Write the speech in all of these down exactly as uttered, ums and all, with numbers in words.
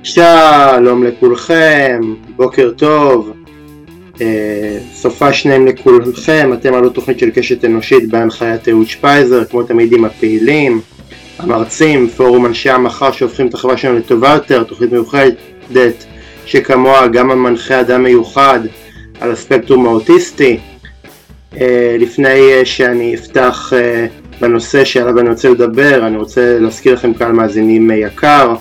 שלום לכולכם, בוקר טוב, סופה שניים לכולכם. אתם על תוכנית של קשת אנושית בהנחיית אהוד שפייזר, כמו תמיד עם הפעילים, המרצים, פורום אנשי המחר שהופכים את החברה שלנו לטובה יותר, תוכנית מיוחדת שכמוה גם המנחה אדם מיוחד על הספקטרום האוטיסטי. לפני שאני אפתח בנושא שעליו אני רוצה לדבר, אני רוצה להזכיר לכם כאן מאזינים יקר,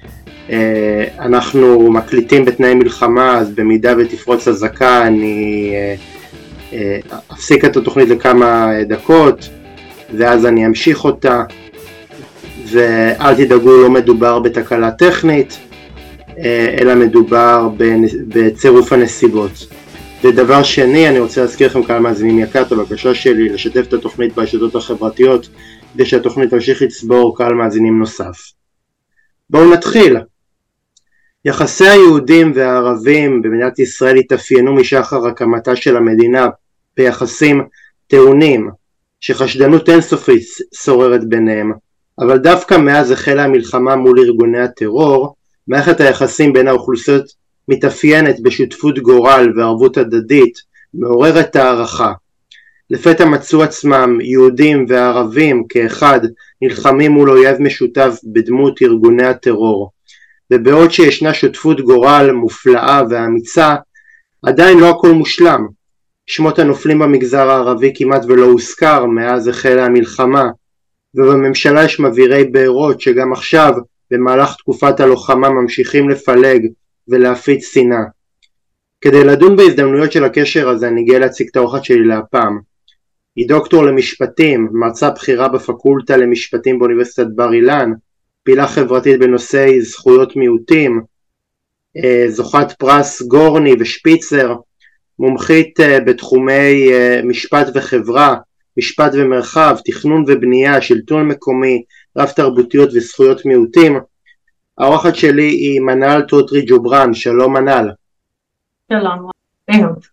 אנחנו מקליטים בתנאי מלחמה, אז במידה ותפרוץ אזעקה אני אפסיק את התוכנית לכמה דקות ואז אני אמשיך אותה, ואל תדאגו, לא מדובר בתקלה טכנית אלא מדובר בצירוף הנסיבות. ודבר שני, אני רוצה להזכיר לכם כמה מאזינים יקר, את הבקשה שלי לשתף את התוכנית ברשתות החברתיות כדי שהתוכנית תמשיך לצבור קהל מאזינים נוסף. בואו נתחיל. יחסי היהודים והערבים במדינת ישראל התאפיינו משחר הקמתה של המדינה ביחסים טעונים שחשדנות אינסופית שוררת ביניהם, אבל דווקא מאז החלה המלחמה מול ארגוני הטרור, מערכת היחסים בין האוכלוסיות מתאפיינת בשותפות גורל וערבות הדדית מעוררת הערכה. לפתע מצאו עצמם יהודים וערבים כאחד נלחמים מול אויב משותף בדמות ארגוני הטרור, ובעוד שישנה שותפות גורל מופלאה ואמיצה, עדיין לא הכל מושלם. שמות הנופלים במגזר הערבי כמעט ולא הוזכר מאז החלה המלחמה, ובממשלה יש מבעירי בעירות שגם עכשיו במהלך תקופת הלוחמה ממשיכים לפלג ולהפיץ שנאה. כדי לדון בהזדמנויות של הקשר הזה אני גאה להציג את האורחת שלי להפעם. היא דוקטור למשפטים, מרצה בכירה בפקולטה למשפטים באוניברסיטת בר אילן, פעילה חברתית בנושאי זכויות מיעוטים, זוכת פרס גורני ושפיצר, מומחית בתחומי משפט וחברה, משפט ומרחב, תכנון ובנייה, שלטון מקומי, רב תרבותיות וזכויות מיעוטים. האורחת שלי היא מנאל טוטרי ג'ובראן. שלום מנאל. שלום, אהוד.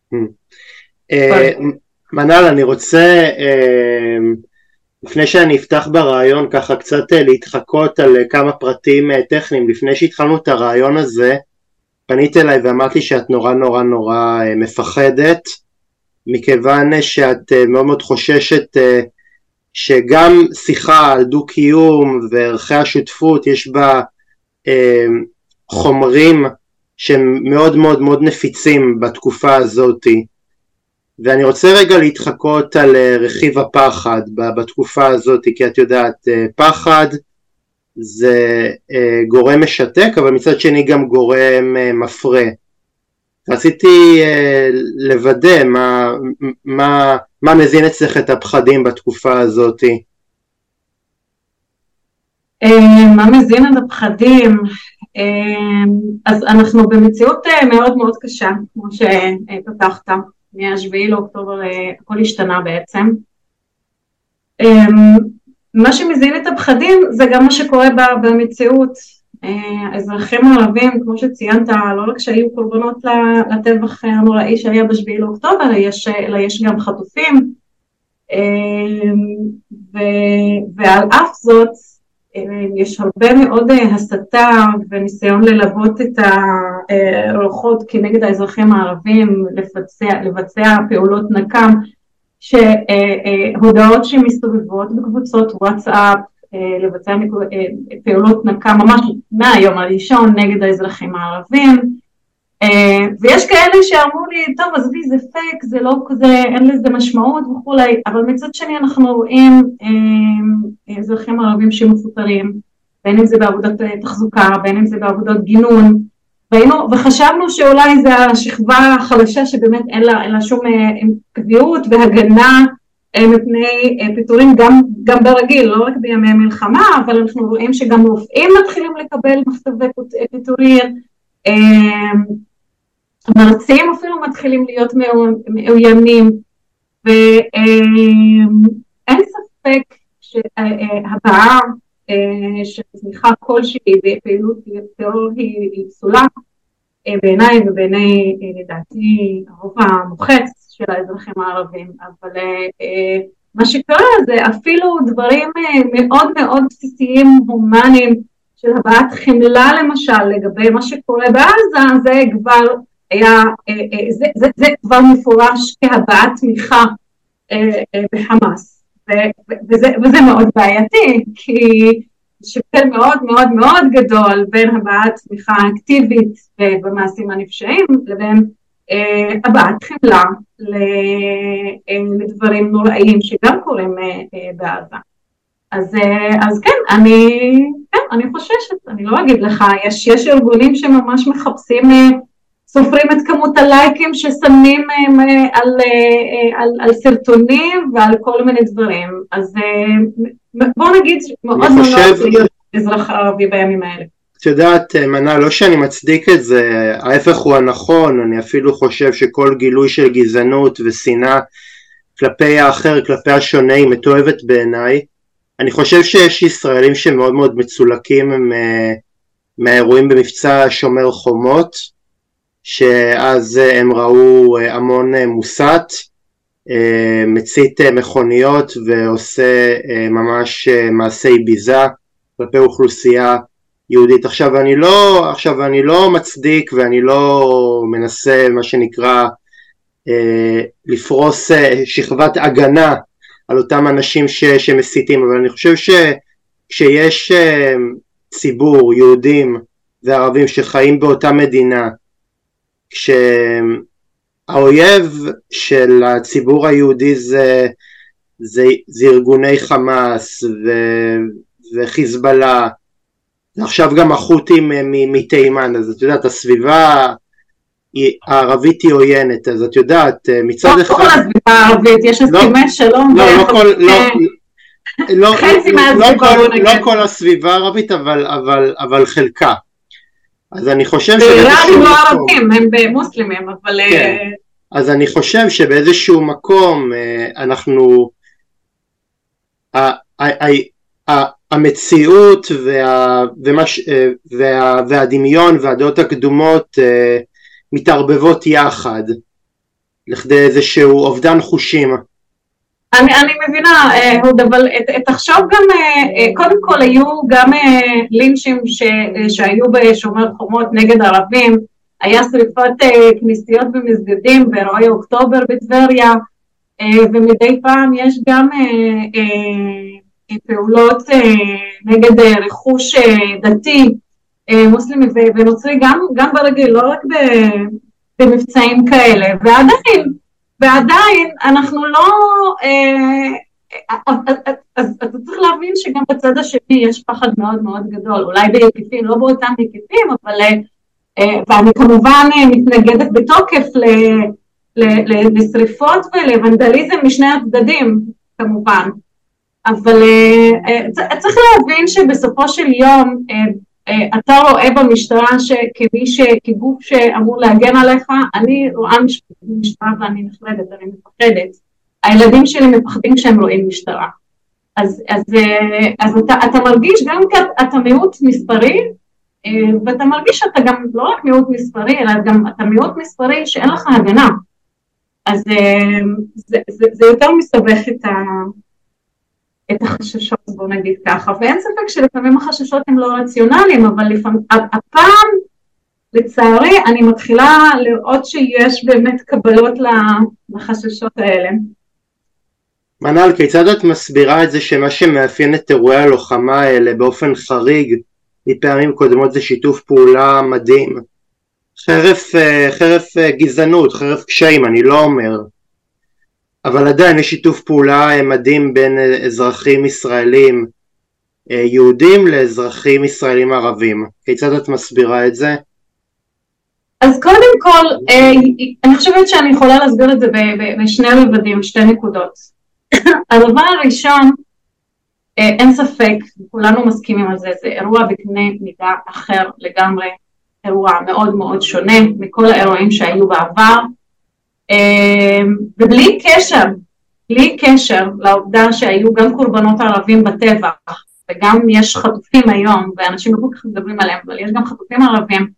מנאל, אני רוצה לפני שאני אפתח ברעיון ככה קצת להתחקות על כמה פרטים טכניים. לפני שהתחלנו את הרעיון הזה פנית אליי ואמרת לי שאת נורא נורא נורא מפחדת, מכיוון שאת מאוד מאוד חוששת שגם שיחה על דו קיום וערכי השותפות יש בה חומרים שהם מאוד מאוד מאוד נפיצים בתקופה הזאת, ואני רוצה רגע להתחקות על רכיב הפחד בתקופה הזאת, כי את יודעת, פחד זה גורם משתק אבל מצד שני גם גורם מפרה. רציתי לוודא מה, מה, מה מזין אצלך את הפחדים בתקופה הזאת. מה מזין את הפחדים? אז אנחנו במציאות מאוד מאוד קשה, כמו שפתחת, מהשביעי לאוקטובר הכל השתנה בעצם. מה שמזין את הפחדים זה גם מה שקורה במציאות. האזרחים הערבים, כמו שציינת, לא רק שהיו קורבנות לטבח הנוראי שהיה בשביעי לאוקטובר, אלא יש גם חטופים, ועל אף זאת יש הרבה מאוד הסתה וניסיון ללבות את הרוחות כנגד האזרחים הערבים, לבצע, לבצע פעולות נקם, שהודעות שמסתובבות בקבוצות וואטסאפ, לבצע פעולות נקה ממש מהיום הראשון נגד האזרחים הערבים, ויש כאלה שאמרו לי, טוב עזבי זה פייק, זה לא כזה, אין לזה משמעות וכולי, אבל מצד שני אנחנו רואים אזרחים ערבים שמפוטרים, בין אם זה בעבודת תחזוקה, בין אם זה בעבודות גינון, וחשבנו שאולי זה השכבה החלשה שבאמת אין לה, אין לה שום קביעות והגנה מפני פיטורים גם, גם ברגיל, לא רק בימי מלחמה, אבל אנחנו רואים שגם רופאים מתחילים לקבל מכתבי פיטורים, מרצים אפילו מתחילים להיות מאוימים, ואין ספק שהבאה של תמיכה כלשהי בפעילות טרור היא פסולה בעיניי ובעיני לדעתי הרוב המוחץ של האזרחים הערבים, אבל מה שקרה זה אפילו דברים מאוד מאוד בסיסיים הומניים של הבעת חמלה למשל לגבי מה שקורה בעזה, זה כבר היה, זה, זה, זה כבר מפורש כהבעת תמיכה בחמאס, וזה, וזה מאוד בעייתי, כי יש הבדל מאוד מאוד מאוד גדול בין הבעת תמיכה אקטיבית במעשים הנפשעים לבין הבעת חמלה לדברים נוראים שגם קורים בעזה. אז, אז כן, אני, כן, אני חוששת, אני לא אגיד לך, יש, יש ארגונים שממש מחפשים, סופרים את כמות הלייקים ששמים על, על, על סרטונים ועל כל מיני דברים, אז בוא נגיד מאוד מאוד להיות אזרח ערבי בימים האלה. את יודעת, מנה, לא שאני מצדיק את זה, ההפך הוא הנכון, אני אפילו חושב שכל גילוי של גזענות ושנאה כלפי האחר, כלפי השונה, היא מתועבת בעיניי. אני חושב שיש ישראלים שמאוד מאוד מצולקים מהאירועים במבצע שומר חומות, שאז הם ראו המון מוסת, מצית מכוניות ועושה ממש מעשי ביזה כלפי אוכלוסייה יהודית. עכשיו אני לא, עכשיו אני לא מצדיק ואני לא מנסה מה שנקרא לפרוס שכבת הגנה על אותם אנשים ש, שמסיתים, אבל אני חושב שכשיש ציבור יהודים וערבים שחיים באותה מדינה, כשהאויב של הציבור היהודי זה, זה, זה ארגוני חמאס ו, וחיזבאללה, עכשיו גם החות'ים מתימן, אז את יודעת, הסביבה הערבית היא עוינת, אז את יודעת, מצד אחד... לא כל הסביבה הערבית, יש הסכמי שלום. לא, לא כל... לא כל הסביבה הערבית, אבל חלקה. אז אני חושב שבאיראנים לא ערבים, הם במוסלמים, אבל... אז אני חושב שבאיזשהו מקום אנחנו... המציאות והדמיון והדעות הקדומות מתערבבות יחד לכדי איזשהו אובדן חושים. אני, אני מבינה, אבל תחשוב גם, קודם כל היו גם לינצ'ים ש, שהיו בשומר חומות נגד ערבים, היה שריפת כנסיות במסגדים באירועי אוקטובר בטבריה, ומדי פעם יש גם פעולות נגד רכוש דתי, מוסלמי ונוצרי, גם, גם ברגיל, לא רק במבצעים כאלה, ועדיין, ועדיין אנחנו לא, אז אתה צריך להבין שגם בצד השני יש פחד מאוד מאוד גדול, אולי בהיקפים, לא באותם היקפים, אבל, ואני כמובן מתנגדת בתוקף לשריפות ולוונדליזם משני הצדדים, כמובן, אבל צריך להבין שבסופו של יום, אתה רואה במשטרה שכמי שכגוף שאמור להגן עליך, אני רואה משטרה ואני נחרדת, אני מפחדת. הילדים שלי מפחדים כשהם רואים משטרה. אז, אז, אז אתה, אתה מרגיש גם כי אתה מיעוט מספרי, ואתה מרגיש שאתה גם לא רק מיעוט מספרי, אלא גם אתה מיעוט מספרי שאין לך הגנה. אז זה, זה, זה יותר מסבך את ה... את החששות, בוא נגיד ככה, ואין ספק שלפעמים החששות הם לא רציונליים, אבל לפעמים, הפעם, לצערי, אני מתחילה לראות שיש באמת קבלות לחששות האלה. מנהל, כיצד את מסבירה את זה שמה שמאפיין את אירועי הלוחמה האלה באופן חריג, מפעמים קודמות זה שיתוף פעולה מדהים, חרף, חרף גזענות, חרף קשיים, אני לא אומר, אבל עדיין יש שיתוף פעולה מדהים בין אזרחים ישראלים יהודים לאזרחים ישראלים ערבים. כיצד את מסבירה את זה? אז קודם כל, אני חושבת שאני יכולה להסביר את זה בשני רבדים, שתי נקודות. הדבר הראשון, אין ספק, כולנו מסכימים על זה, זה אירוע בקנה מידה אחר לגמרי, אירוע מאוד מאוד שונה מכל האירועים שהיו בעבר, ובלי קשר, בלי קשר לעובדה שהיו גם קורבנות ערבים בטבח, וגם יש חטופים היום, ואנשים לא כל כך מדברים עליהם, אבל יש גם חטופים ערבים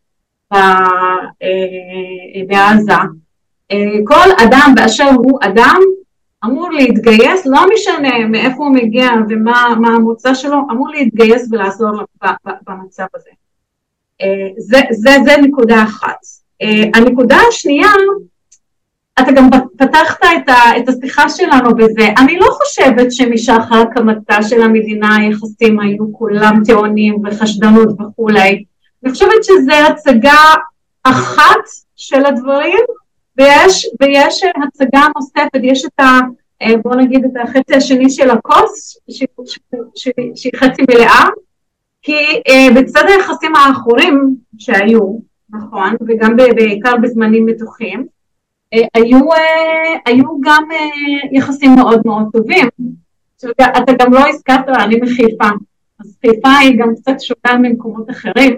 בעזה. כל אדם באשר הוא אדם, אמור להתגייס, לא משנה מאיפה הוא מגיע ומה מה המוצא שלו, אמור להתגייס ולעזור במצב הזה. זה, זה, זה נקודה אחת. הנקודה השנייה, אתה גם פתחת את, ה, את השיחה שלנו בזה, אני לא חושבת שמשחר הקמתה של המדינה היחסים היו כולם טעונים וחשדנות וכולי, אני חושבת שזה הצגה אחת של הדברים, ויש, ויש הצגה נוספת, יש את ה, בוא נגיד את החצי השני של הכוס, שהיא חצי מלאה, כי בצד היחסים האחורים שהיו, נכון, וגם בעיקר בזמנים מתוחים, היו, היו גם יחסים מאוד מאוד טובים. אתה גם לא הזכרת, אני מחיפה, אז חיפה היא גם קצת שונה ממקומות אחרים,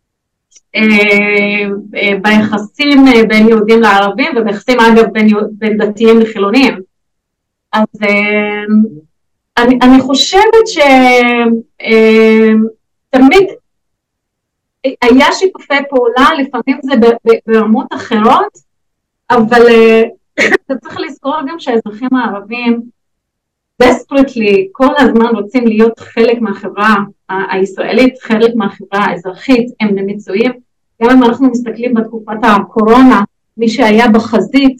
ביחסים בין יהודים לערבים, וביחסים אגב בין, בין דתיים לחילונים. אז אני, אני חושבת שתמיד היה שיתופי פעולה, לפעמים זה ברמות אחרות, אבל אתה צריך לזכור גם שהאזרחים הערבים desperately כל הזמן רוצים להיות חלק מהחברה הישראלית, חלק מהחברה האזרחית, הם מצויים. גם אם אנחנו מסתכלים בתקופת הקורונה, מי שהיה בחזית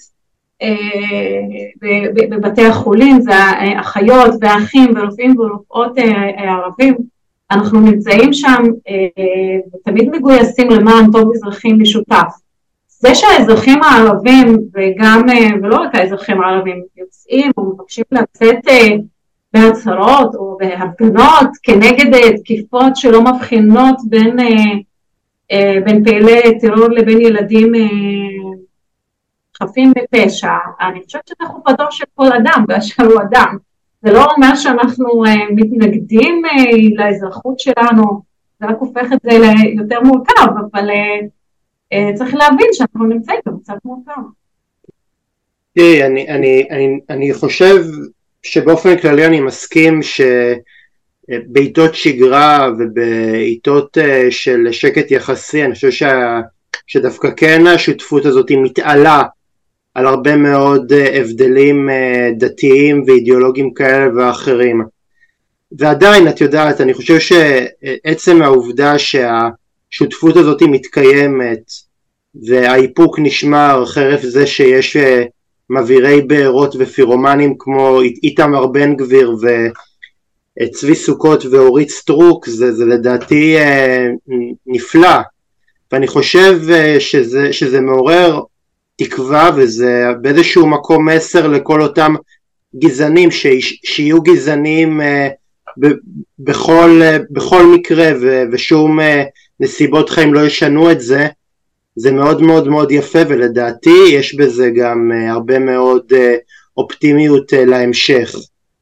בבתי החולים, זה האחיות והאחים ורופאים ורופאות הערבים, אנחנו נמצאים שם ותמיד מגויסים למען טוב אזרחים משותף. זה שהאזרחים הערבים, וגם, ולא רק האזרחים הערבים, יוצאים או מבקשים לצאת בהצהרות או בהפגנות כנגד תקיפות שלא מבחינות בין, בין פעילי טרור לבין ילדים חפים בפשע, אני חושבת שזה חובתו של כל אדם באשר הוא אדם. זה לא אומר שאנחנו מתנגדים לאזרחות שלנו, זה רק הופך את זה ליותר מורכב, אבל צריך להבין שאנחנו נמצאים במצב מורכב. תראי, אני, אני, אני, אני חושב שבאופן כללי אני מסכים שבעיתות שגרה ובעיתות של שקט יחסי, אני חושב שה, שדווקא כן השותפות הזאת היא מתעלה על הרבה מאוד הבדלים דתיים ואידיאולוגיים כאלה ואחרים. ועדיין, את יודעת, אני חושב שעצם העובדה שהשותפות הזאת מתקיימת והאיפוק נשמר חרף זה שיש מבעירי בעירות ופירומנים כמו איתמר בן גביר וצבי סוכות ואורית סטרוק, זה, זה לדעתי נפלא. ואני חושב שזה, שזה מעורר תקווה, וזה באיזשהו מקום מסר לכל אותם גזענים, ש, שיהיו גזענים ב, בכל, בכל מקרה, ו, ושום נסיבות חיים לא ישנו את זה. זה מאוד מאוד מאוד יפה, ולדעתי יש בזה גם הרבה מאוד אופטימיות להמשך.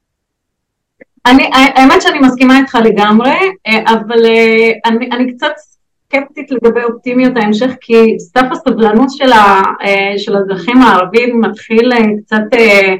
אני, האמת שאני מסכימה איתך לגמרי, אבל אני, אני קצת סקפטית לגבי אופטימיות ההמשך, כי סף הסבלנות של, ה, של האזרחים הערבים מתחיל קצת אה,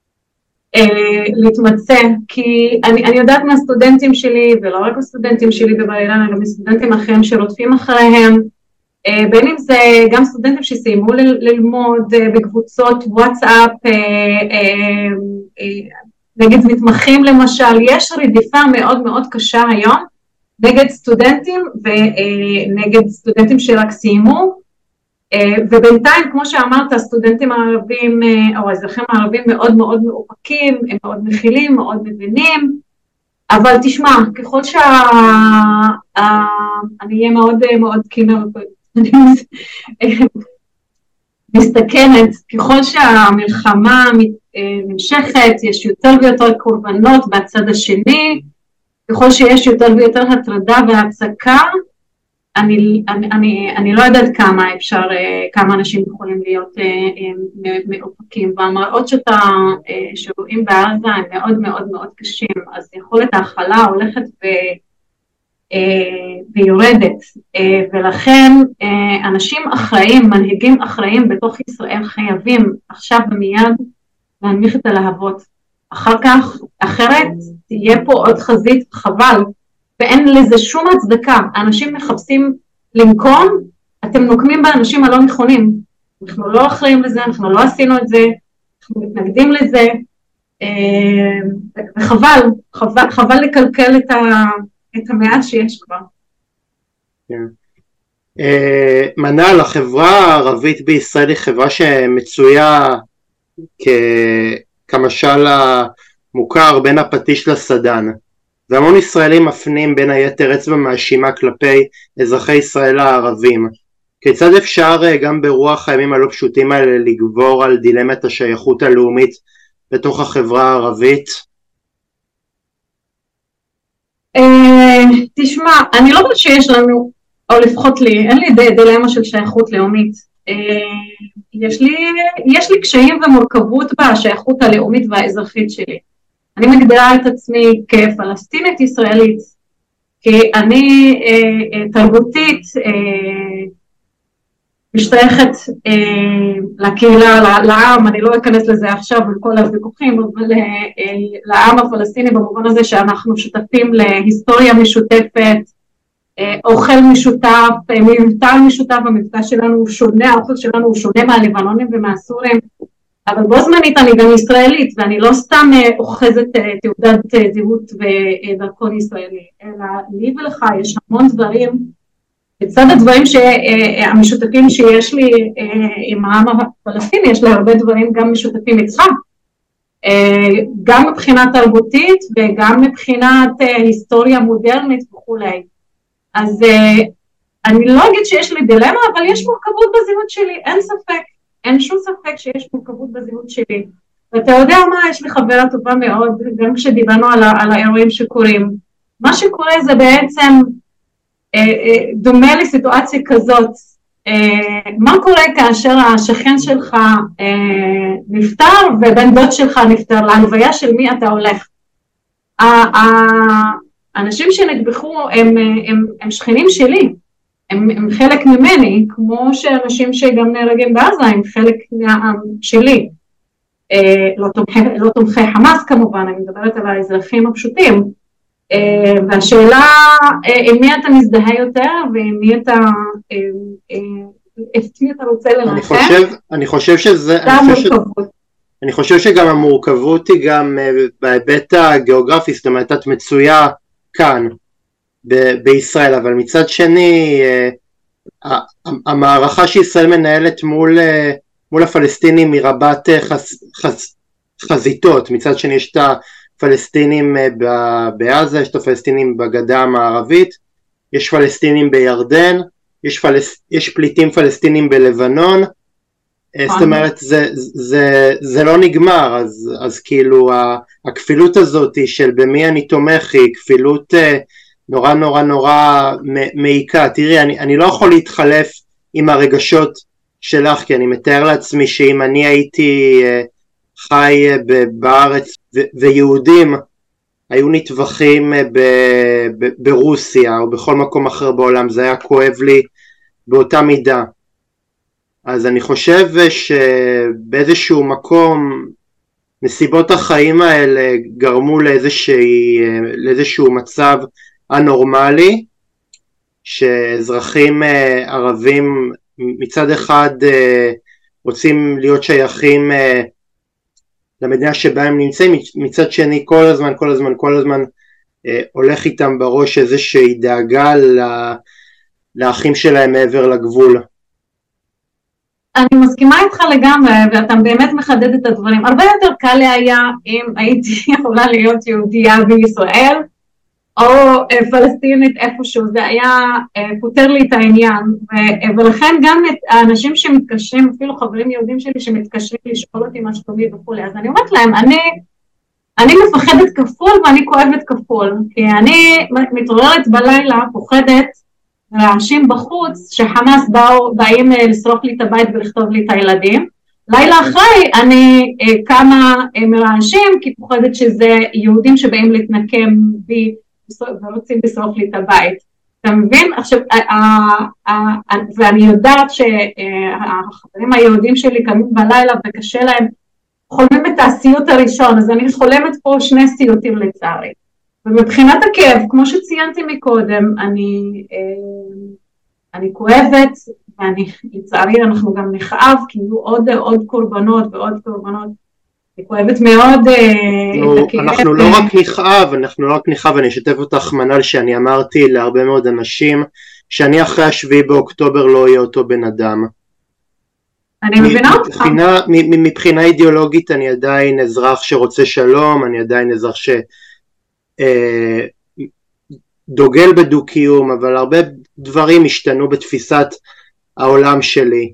אה, להתמצא, כי אני, אני יודעת מהסטודנטים שלי, ולא רק הסטודנטים שלי בבר אילן, אלא מסטודנטים אחרים שרודפים אחריהם, אה, בין אם זה גם סטודנטים שסיימו ל, ללמוד אה, בקבוצות וואטסאפ, אה, אה, אה, נגד מתמחים למשל, יש רדיפה מאוד מאוד קשה היום, נגד סטודנטים ונגד סטודנטים שרק סיימו, ובינתיים, כמו שאמרת, הסטודנטים הערבים או האזרחים הערבים מאוד מאוד מאופקים, הם מאוד מכילים, מאוד מבינים, אבל תשמע, ככל שה... אני אהיה מאוד מאוד קינה מסתכנת, ככל שהמלחמה נמשכת, יש יותר ויותר קורבנות בצד השני, ככל שיש יותר ויותר הטרדה והצקה, אני, אני, אני, אני לא יודעת כמה אפשר, כמה אנשים יכולים להיות מאופקים, והמראות שאתה, שרואים בעזה הם מאוד מאוד מאוד קשים, אז יכולת ההכלה הולכת ו, ויורדת, ולכן אנשים אחראים, מנהיגים אחראים בתוך ישראל חייבים עכשיו ומיד להנמיך את הלהבות. אחר כך, אחרת, תהיה פה עוד חזית חבל, ואין לזה שום הצדקה. האנשים מחפשים לנקום, אתם נוקמים באנשים הלא נכונים. אנחנו לא אחראים לזה, אנחנו לא עשינו את זה, אנחנו מתנגדים לזה, וחבל, חבל, חבל לקלקל את, ה, את המעט שיש כבר. כן. מנהל, החברה הערבית בישראל היא חברה שמצויה כמשל המוכר בין הפטיש לסדן, והמון ישראלים מפנים בין היתר אצבע מאשימה כלפי אזרחי ישראל הערבים. כיצד אפשר גם ברוח הימים הלא פשוטים האלה לגבור על דילמת השייכות הלאומית בתוך החברה הערבית? תשמע, אני לא חושבת שיש לנו, או לפחות לי, אין לי דילמה של שייכות לאומית. יש לי, יש לי קשיים ומורכבות בשייכות הלאומית והאזרחית שלי. אני מגדירה את עצמי כפלסטינית ישראלית, כי אני תרבותית משתייכת לקהילה, לעם, אני לא אכנס לזה עכשיו בכל הוויכוחים, אבל לעם הפלסטיני במובן הזה שאנחנו שותפים להיסטוריה משותפת, אוכל משותף, מבטא משותף, המבטא שלנו הוא שונה, האוכל שלנו הוא שונה מהלבנונים ומהסורים, אבל בו זמנית אני גם ישראלית, ואני לא סתם אוחזת תעודת זהות ודרכון ישראלי, אלא לי ולך יש המון דברים, בצד הדברים המשותפים שיש לי עם העם הפלסטיני, יש לי הרבה דברים גם משותפים איתך, גם מבחינה תרבותית וגם מבחינת היסטוריה מודרנית וכולי. אז אני לא אגיד שיש לי דילמה, אבל יש מורכבות בזהות שלי, אין ספק, אין שום ספק שיש מורכבות בזהות שלי. ואתה יודע מה, יש לי חברה טובה מאוד, גם כשדיברנו על, על האירועים שקורים. מה שקורה זה בעצם דומה לסיטואציה כזאת, מה קורה כאשר השכן שלך נפטר ובן דוד שלך נפטר, להלוויה של מי אתה הולך? האנשים שנטבחו הם, הם, הם שכנים שלי, הם, הם חלק ממני, כמו שאנשים שגם נהרגים בעזה הם חלק מהעם שלי, לא תומכי, לא תומכי חמאס כמובן, אני מדברת על האזרחים הפשוטים, והשאלה עם מי אתה מזדהה יותר ועם מי אתה, את מי אתה רוצה לנחם? אני חושב, אני חושב שזה, אני חושב, אני חושב שגם המורכבות היא גם בהיבט הגיאוגרפי, זאת אומרת את מצויה כאן ב- בישראל, אבל מצד שני המערכה שישראל מנהלת מול, מול הפלסטינים היא רבת חז, חז, חזיתות, מצד שני יש את הפלסטינים בעזה, יש את הפלסטינים בגדה המערבית, יש פלסטינים בירדן, יש, פלס, יש פליטים פלסטינים בלבנון, זאת אומרת זה, זה, זה לא נגמר, אז, אז כאילו הכפילות הזאת של במי אני תומך היא כפילות נורא נורא נורא מעיקה. תראי, אני, אני לא יכול להתחלף עם הרגשות שלך, כי אני מתאר לעצמי שאם אני הייתי חי בארץ ויהודים היו נטבחים ברוסיה או בכל מקום אחר בעולם, זה היה כואב לי באותה מידה. אז אני חושב שבאיזשהו מקום נסיבות החיים האלה גרמו לאיזושהי, לאיזשהו מצב הנורמלי, שאזרחים ערבים מצד אחד רוצים להיות שייכים למדינה שבה הם נמצאים, מצד שני כל הזמן, כל הזמן, כל הזמן הולך איתם בראש איזושהי דאגה לאחים שלהם מעבר לגבול. אני מסכימה איתך לגמרי, ואתה באמת מחדד את הדברים. הרבה יותר קל לי היה אם הייתי יכולה להיות יהודייה בישראל, או פלסטינית איפשהו, זה היה פותר לי את העניין, ולכן גם האנשים שמתקשרים, אפילו חברים יהודים שלי שמתקשרים לשאול אותי מה שלומי וכולי, אז אני אומרת להם, אני, אני מפחדת כפול ואני כואבת כפול, כי אני מתעוררת בלילה, פוחדת, רעשים בחוץ, שחמאס באו, באים לשרוף לי את הבית ולכתוב לי את הילדים, לילה אחרי אני כמה מרעשים, כי פוחדת שזה יהודים שבאים להתנקם בי, ורוצים לשרוף לי את הבית. אתה מבין? עכשיו, ואני יודעת שהחברים היהודים שלי קמים בלילה וקשה להם, חולמים את הסיוט הראשון, אז אני חולמת פה שני סיוטים לצערי. ומבחינת הכאב, כמו שציינתי מקודם, אני, אני כואבת, ואני, לצערי אנחנו גם נכאב, כי יהיו עוד, עוד קורבנות ועוד קורבנות. אני כואבת מאוד. אנחנו, אנחנו לא רק נכאב, אנחנו לא רק נכאב, אני אשתף אותך מנל שאני אמרתי להרבה מאוד אנשים, שאני אחרי השביעי באוקטובר לא יהיה אותו בן אדם. אני מבינה אותך. מבחינה, מבחינה אידיאולוגית אני עדיין אזרח שרוצה שלום, אני עדיין אזרח שדוגל בדו-קיום, אבל הרבה דברים השתנו בתפיסת העולם שלי.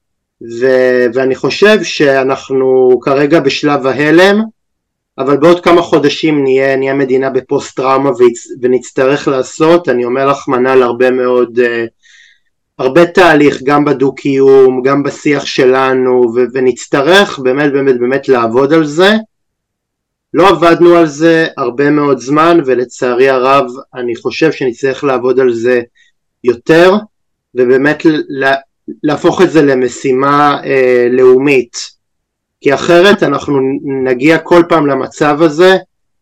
ו- ואני חושב שאנחנו כרגע בשלב ההלם, אבל בעוד כמה חודשים נהיה, נהיה מדינה בפוסט טראומה ונצטרך לעשות, אני אומר לך מנל, הרבה מאוד, uh, הרבה תהליך, גם בדו-קיום, גם בשיח שלנו, ו- ונצטרך באמת באמת באמת לעבוד על זה. לא עבדנו על זה הרבה מאוד זמן, ולצערי הרב אני חושב שנצטרך לעבוד על זה יותר, ובאמת ל- להפוך את זה למשימה אה, לאומית, כי אחרת אנחנו נגיע כל פעם למצב הזה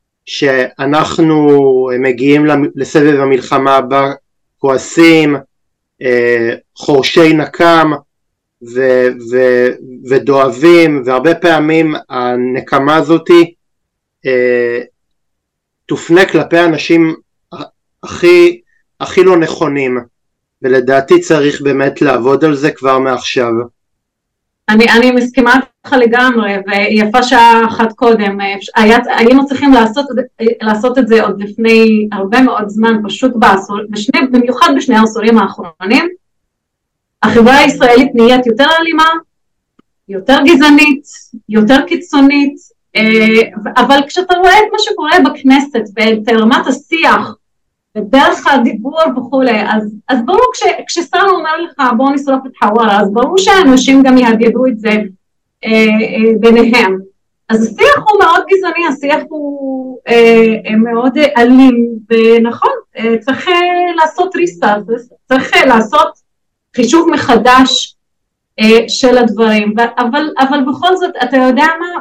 שאנחנו מגיעים לסבב המלחמה הבא כועסים, אה, חורשי נקם ו- ו- ודואבים, והרבה פעמים הנקמה הזאת אה, תופנה כלפי אנשים הכי, הכי לא נכונים, ולדעתי צריך באמת לעבוד על זה כבר מעכשיו. אני, אני מסכימה איתך לגמרי, ויפה שעה אחת קודם, היה, היינו צריכים לעשות, לעשות את זה עוד לפני הרבה מאוד זמן, פשוט בעשור, בשני, במיוחד בשני העשורים האחרונים, החברה הישראלית נהיית יותר אלימה, יותר גזענית, יותר קיצונית, אבל כשאתה רואה את מה שקורה בכנסת, ואת רמת השיח, בדרך הדיבור וכולי, אז, אז ברור כש, כששר אומר לך בוא נשרוף את חווארה, אז ברור שהאנשים גם יהדהדו את זה אה, אה, ביניהם. אז השיח הוא מאוד גזעני, השיח הוא אה, אה, מאוד אלים, ונכון, אה, צריך אה, לעשות ריסטארט, צריך אה, לעשות חישוב מחדש אה, של הדברים, אבל, אבל בכל זאת, אתה יודע מה,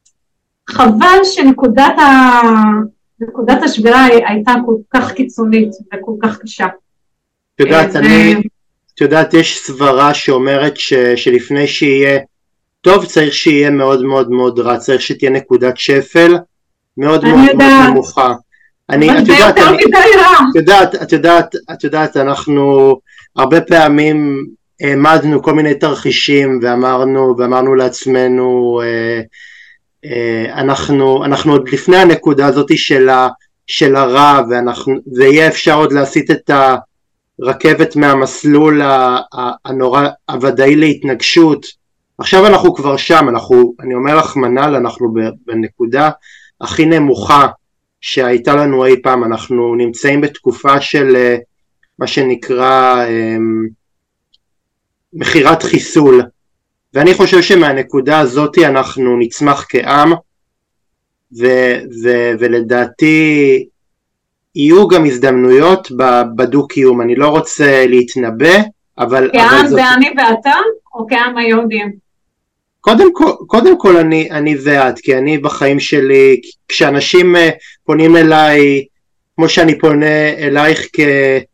חבל שנקודת ה... נקודת השבירה הייתה כל כך קיצונית וכל כך קשה. את יודעת, אני, את יודעת, יש סברה שאומרת ש, שלפני שיהיה טוב צריך שיהיה מאוד מאוד מאוד רע, צריך שתהיה נקודת שפל מאוד מאוד מאוד נמוכה. אני, את יודעת, אני, את יודעת, את יודעת, את יודעת, אנחנו הרבה פעמים העמדנו כל מיני תרחישים ואמרנו, ואמרנו לעצמנו, אנחנו, אנחנו עוד לפני הנקודה הזאת של, ה, של הרע, ואנחנו, ויהיה אפשר עוד להסיט את הרכבת מהמסלול הנורא, הוודאי להתנגשות. עכשיו אנחנו כבר שם, אנחנו, אני אומר לך מנל, אנחנו בנקודה הכי נמוכה שהייתה לנו אי פעם, אנחנו נמצאים בתקופה של מה שנקרא מחירת חיסול, ואני חושב שמהנקודה הזאת אנחנו נצמח כעם, ו- ו- ולדעתי יהיו גם הזדמנויות בדו-קיום, אני לא רוצה להתנבא, אבל... כעם זה אני ואתה, או כעם היהודים? קודם כל, קודם כל אני, אני ואת, כי אני בחיים שלי, כשאנשים פונים אליי, כמו שאני פונה אלייך כ...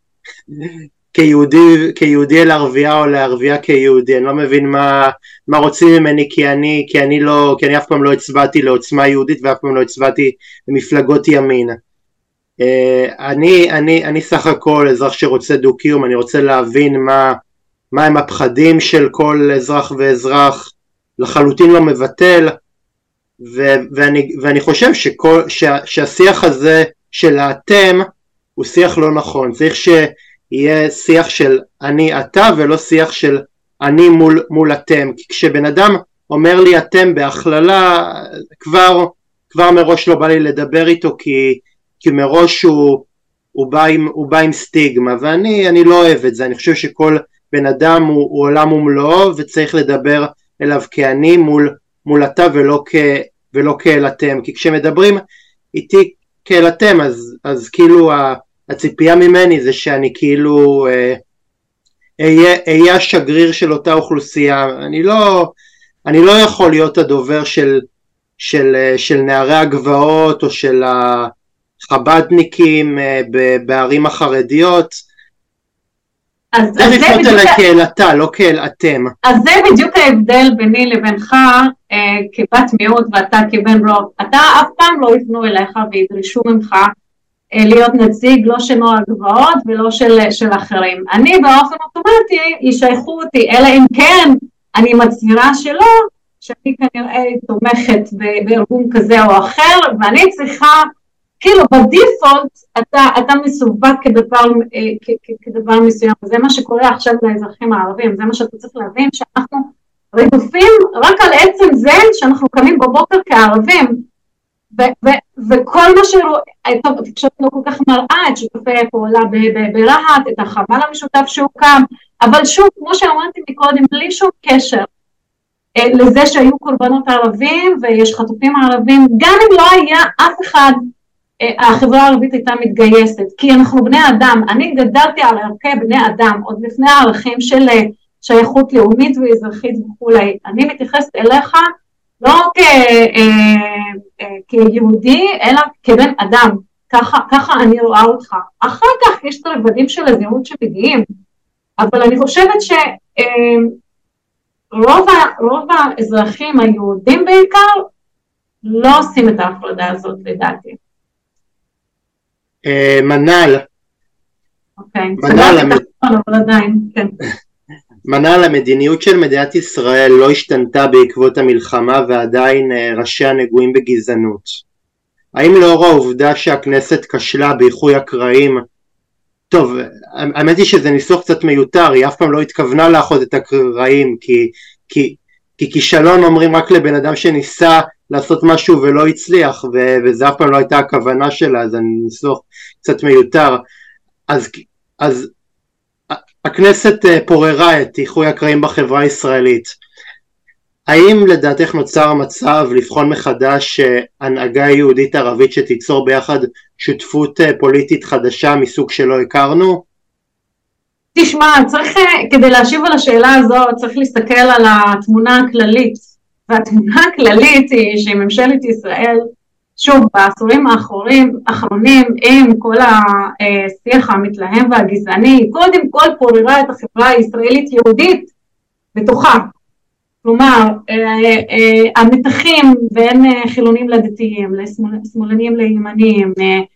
כיהודי, כיהודי אל ערבייה או לערבייה כיהודי, אני לא מבין מה, מה רוצים ממני, כי אני, כי אני לא, כי אני אף פעם לא הצבעתי לעוצמה יהודית, ואף פעם לא הצבעתי למפלגות ימין. אני, אני, אני סך הכל אזרח שרוצה דו-קיום, אני רוצה להבין מה, מה הם הפחדים של כל אזרח ואזרח, לחלוטין לא מבטל, ו, ואני, ואני חושב שכל, שה, שהשיח הזה של האתם, הוא שיח לא נכון, צריך ש... יהיה שיח של אני אתה ולא שיח של אני מול, מול אתם, כי כשבן אדם אומר לי אתם בהכללה, כבר, כבר מראש לא בא לי לדבר איתו, כי, כי מראש הוא, הוא, בא עם, הוא בא עם סטיגמה, ואני אני לא אוהב את זה. אני חושב שכל בן אדם הוא, הוא עולם ומלואו, וצריך לדבר אליו כאני מול, מול אתה ולא, כ, ולא כאל אתם, כי כשמדברים איתי כאל אתם, אז, אז כאילו ה הציפייה ממני זה שאני כאילו אהיה, אהיה השגריר של אותה אוכלוסייה. אני לא, אני לא יכול להיות הדובר של, של, של נערי הגבעות או של החבדניקים בערים החרדיות. אז, זה אז לפנות אליי כאל אתה, לא כאל אתם. אז זה בדיוק ההבדל ביני לבינך אה, כבת מיעוט ואתה כבן רוב. אתה אף פעם לא יפנו אליך וידרשו ממך אה, להיות נציג לא של נוער גבעות ולא של, של אחרים. אני באופן אוטומטי ישייכו אותי, אלא אם כן אני מצהירה שלא, שאני כנראה תומכת בארגון כזה או אחר, ואני צריכה, כאילו בדיפולט אתה, אתה מסווג כדבר, כ, כ, כדבר מסוים, זה מה שקורה עכשיו לאזרחים הערבים, זה מה שאתה צריך להבין, שאנחנו רדופים רק על עצם זה שאנחנו קמים בבוקר כערבים, ו- ו- וכל מה שהתקשורת לא כל כך מראה את שיתופי הפעולה ברהט, את החמ"ל המשותף שהוקם, אבל שוב, כמו שאמרתי מקודם, בלי שום קשר לזה שהיו קורבנות ערבים ויש חטופים ערבים, גם אם לא היה אף אחד, החברה הערבית הייתה מתגייסת, כי אנחנו בני אדם, אני גדלתי על ערכי בני אדם, עוד לפני הערכים של שייכות לאומית ואזרחית וכולי, אני מתייחסת אליך לא כ, כיהודי, אלא כבן אדם, ככה, ככה אני רואה אותך, אחר כך יש את הרבדים של הזהות שמגיעים, אבל אני חושבת ש... רוב, רוב האזרחים היהודים בעיקר לא עושים את ההפרדה הזאת לדעתי. מנהל. אוקיי, מנהל, אבל עדיין, כן. מנהל, המדיניות של מדינת ישראל לא השתנתה בעקבות המלחמה ועדיין ראשיה נגועים בגזענות. האם לאור העובדה שהכנסת כשלה באיחוי הקרעים, טוב, האמת היא שזה ניסוח קצת מיותר, היא אף פעם לא התכוונה לאחוז את הקרעים, כי, כי, כי כישלון אומרים רק לבן אדם שניסה לעשות משהו ולא הצליח, ו, וזה אף פעם לא הייתה הכוונה שלה, אז הניסוח קצת מיותר. אז, אז הכנסת פוררה את איחוי הקרעים בחברה הישראלית. האם לדעתך נוצר מצב לבחון מחדש הנהגה יהודית ערבית שתיצור ביחד שותפות פוליטית חדשה מסוג שלא הכרנו? תשמע, צריך, כדי להשיב על השאלה הזאת, צריך להסתכל על התמונה הכללית, והתמונה הכללית היא שממשלת ישראל, שוב, בעשורים האחרונים, האחרונים, עם כל השיח המתלהם והגזעני, קודם כל פוררה את החברה הישראלית יהודית בתוכה. כלומר, המתחים בין חילונים לדתיים, לשמאלנים לימניים,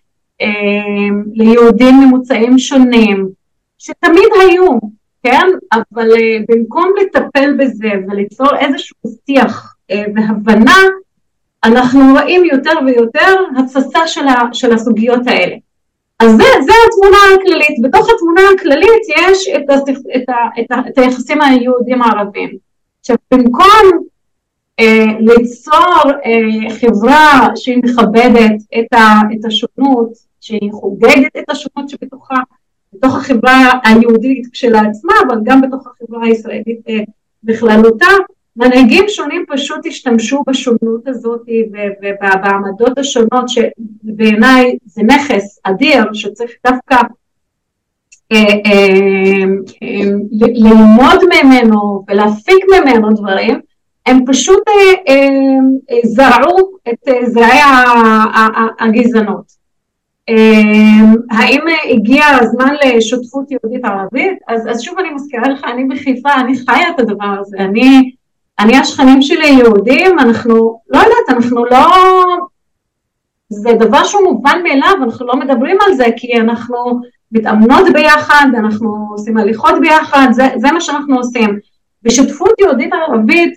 ליהודים ממוצאים שונים, שתמיד היו, כן? אבל במקום לטפל בזה וליצור איזשהו שיח והבנה, אנחנו רואים יותר ויותר התססה של, ה, של הסוגיות האלה. אז זה, זה התמונה הכללית. בתוך התמונה הכללית יש את, ה, את, ה, את, ה, את היחסים היהודים הערבים. עכשיו, במקום אה, ליצור אה, חברה שהיא מכבדת את, ה, את השונות, שהיא חוגגת את השונות שבתוכה, בתוך החברה היהודית כשלעצמה, אבל גם בתוך החברה הישראלית אה, בכללותה, מנהיגים שונים פשוט השתמשו בשונות הזאת ובעמדות השונות, שבעיניי זה נכס אדיר שצריך דווקא אה, אה, אה, ללמוד ממנו ולהפיק ממנו דברים, הם פשוט אה, אה, זרעו את זרעי הגזענות. אה, האם הגיע הזמן לשותפות יהודית ערבית? אז, אז שוב אני מזכירה לך, אני בחיפה, אני חיה את הדבר הזה, אני... אני השכנים שלי יהודים, אנחנו, לא יודעת, אנחנו לא, זה דבר שהוא מובן מאליו, אנחנו לא מדברים על זה, כי אנחנו מתאמנות ביחד, אנחנו עושים הליכות ביחד, זה, זה מה שאנחנו עושים. בשותפות יהודית ערבית,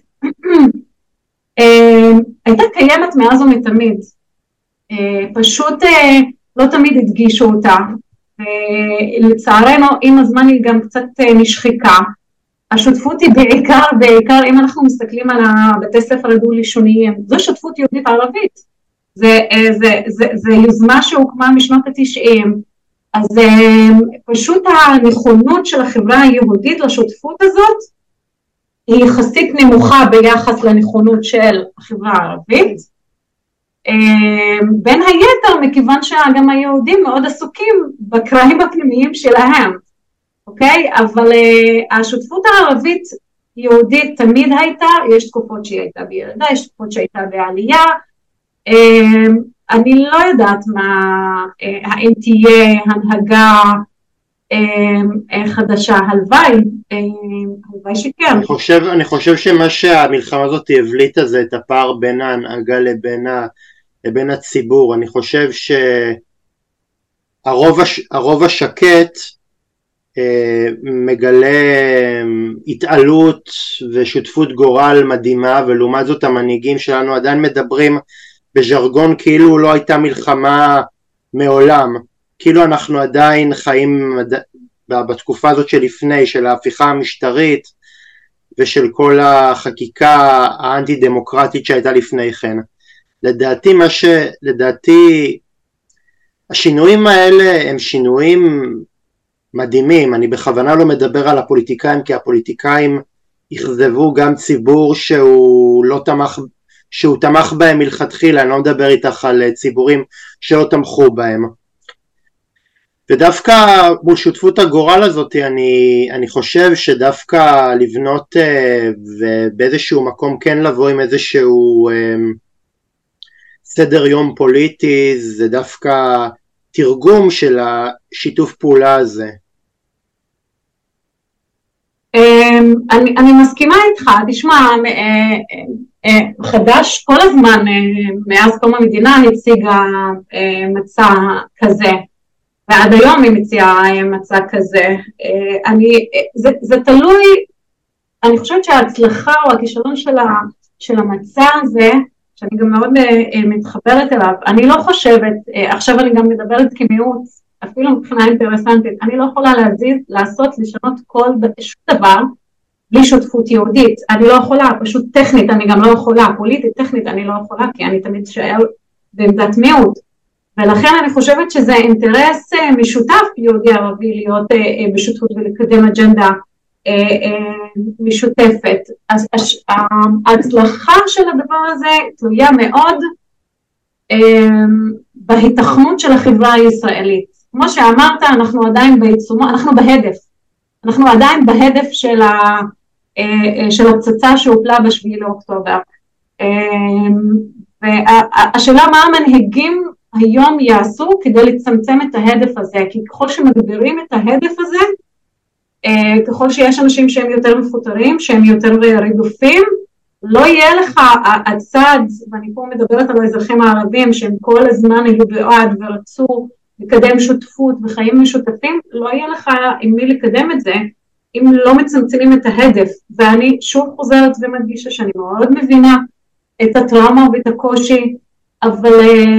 הייתה קיימת מאז ומתמיד, פשוט לא תמיד הדגישו אותה, לצערנו עם הזמן היא גם קצת נשחיקה, השותפות היא בעיקר, בעיקר אם אנחנו מסתכלים על הבתי ספר הדו-לשוניים, זו שותפות יהודית ערבית, זה, זה, זה, זה יוזמה שהוקמה משנות התשעים, אז פשוט הנכונות של החברה היהודית לשותפות הזאת, היא יחסית נמוכה ביחס לנכונות של החברה הערבית, בין היתר מכיוון שגם היהודים מאוד עסוקים בקרעים הפנימיים שלהם, אוקיי? אבל uh, השותפות הערבית יהודית תמיד הייתה, יש תקופות שהיא הייתה בירידה, יש תקופות שהייתה בעלייה, uh, אני לא יודעת מה, uh, האם תהיה הנהגה חדשה, הלוואי, הלוואי שכן. אני חושב, אני חושב שמה שהמלחמה הזאת הבליטה זה את הפער בין ההנהגה לבין, ה, לבין הציבור. אני חושב שהרוב הש, הרוב השקט אה, מגלה התעלות ושותפות גורל מדהימה, ולעומת זאת המנהיגים שלנו עדיין מדברים בז'רגון כאילו לא הייתה מלחמה מעולם, כאילו אנחנו עדיין חיים בתקופה הזאת שלפני, של ההפיכה המשטרית ושל כל החקיקה האנטי דמוקרטית שהייתה לפני כן. לדעתי מה ש... לדעתי השינויים האלה הם שינויים מדהימים. אני בכוונה לא מדבר על הפוליטיקאים, כי הפוליטיקאים יכזבו גם ציבור שהוא לא תמך, שהוא תמך בהם מלכתחילה. אני לא מדבר איתך על ציבורים שלא תמכו בהם. ודווקא מול שותפות הגורל הזאת אני, אני חושב שדווקא לבנות ובאיזשהו מקום כן לבוא עם איזשהו סדר יום פוליטי, זה דווקא תרגום של השיתוף פעולה הזה. אני, אני מסכימה איתך, תשמע, חד"ש כל הזמן מאז קום המדינה הציגה מצע כזה, ועד היום היא מציעה מצע כזה. אני, זה, זה תלוי, אני חושבת שההצלחה או הכישלון של, ה, של המצע הזה, שאני גם מאוד מתחברת אליו, אני לא חושבת, עכשיו אני גם מדברת כמיעוט, אפילו מבחינה אינטרסנטית, אני לא יכולה להזיז, לעשות, לשנות כל שום דבר, בלי שותפות יהודית. אני לא יכולה, פשוט טכנית אני גם לא יכולה, פוליטית, טכנית אני לא יכולה, כי אני תמיד שואל בעמדת מיעוט. ולכן אני חושבת שזה אינטרס משותף יהודי ערבי להיות בשותפות ולקדם אג'נדה משותפת. אז ההצלחה של הדבר הזה תלויה מאוד בהתכנות של החברה הישראלית. כמו שאמרת, אנחנו עדיין בעיצומו, אנחנו בהדף. אנחנו עדיין בהדף של, ה, של הפצצה שהופלה בשביעי לאוקטובר. והשאלה מה המנהיגים היום יעשו כדי לצמצם את ההדף הזה, כי ככל שמגבירים את ההדף הזה, ככל שיש אנשים שהם יותר מפוטרים, שהם יותר רדופים, לא יהיה לך הצד, ואני פה מדברת על האזרחים הערבים, שהם כל הזמן היו בעד ורצו לקדם שותפות וחיים משותפים, לא יהיה לך עם מי לקדם את זה, אם לא מצמצמים את ההדף. ואני שוב חוזרת ומדגישה שאני מאוד מבינה את הטראומה ואת הקושי, אבל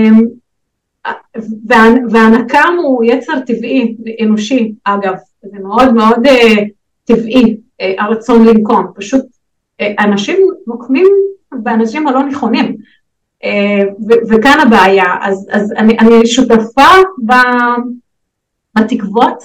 והנקם הוא יצר טבעי, אנושי אגב, זה מאוד מאוד טבעי, הרצון לנקום, פשוט אנשים נוקמים באנשים הלא נכונים, וכאן הבעיה. אז, אז אני, אני שותפה בתקוות,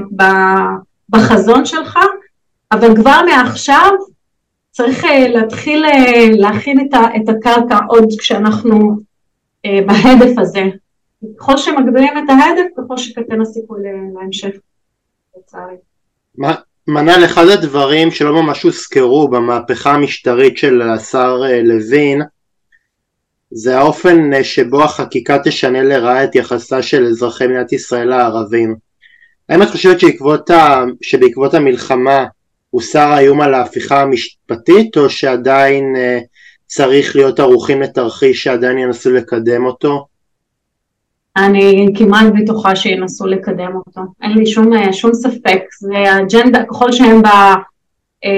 בחזון שלך, אבל כבר מעכשיו צריך להתחיל להכין את הקרקע עוד כשאנחנו בהדף הזה. ככל שמגבירים את ההדף, ככל שקטן הסיכוי להמשך, לצערי. מנהל, אחד הדברים שלא ממש הוזכרו במהפכה המשטרית של השר לוין, זה האופן שבו החקיקה תשנה לרעה את יחסה של אזרחי מדינת ישראל הערבים. האם את חושבת שבעקבות, ה... שבעקבות המלחמה הוסר האיום על ההפיכה המשפטית, או שעדיין צריך להיות ערוכים לתרחיש שעדיין ינסו לקדם אותו? אני כמעט בטוחה שינסו לקדם אותו, אין לי שום, שום ספק. זה האג'נדה, ככל שהם ב, אה,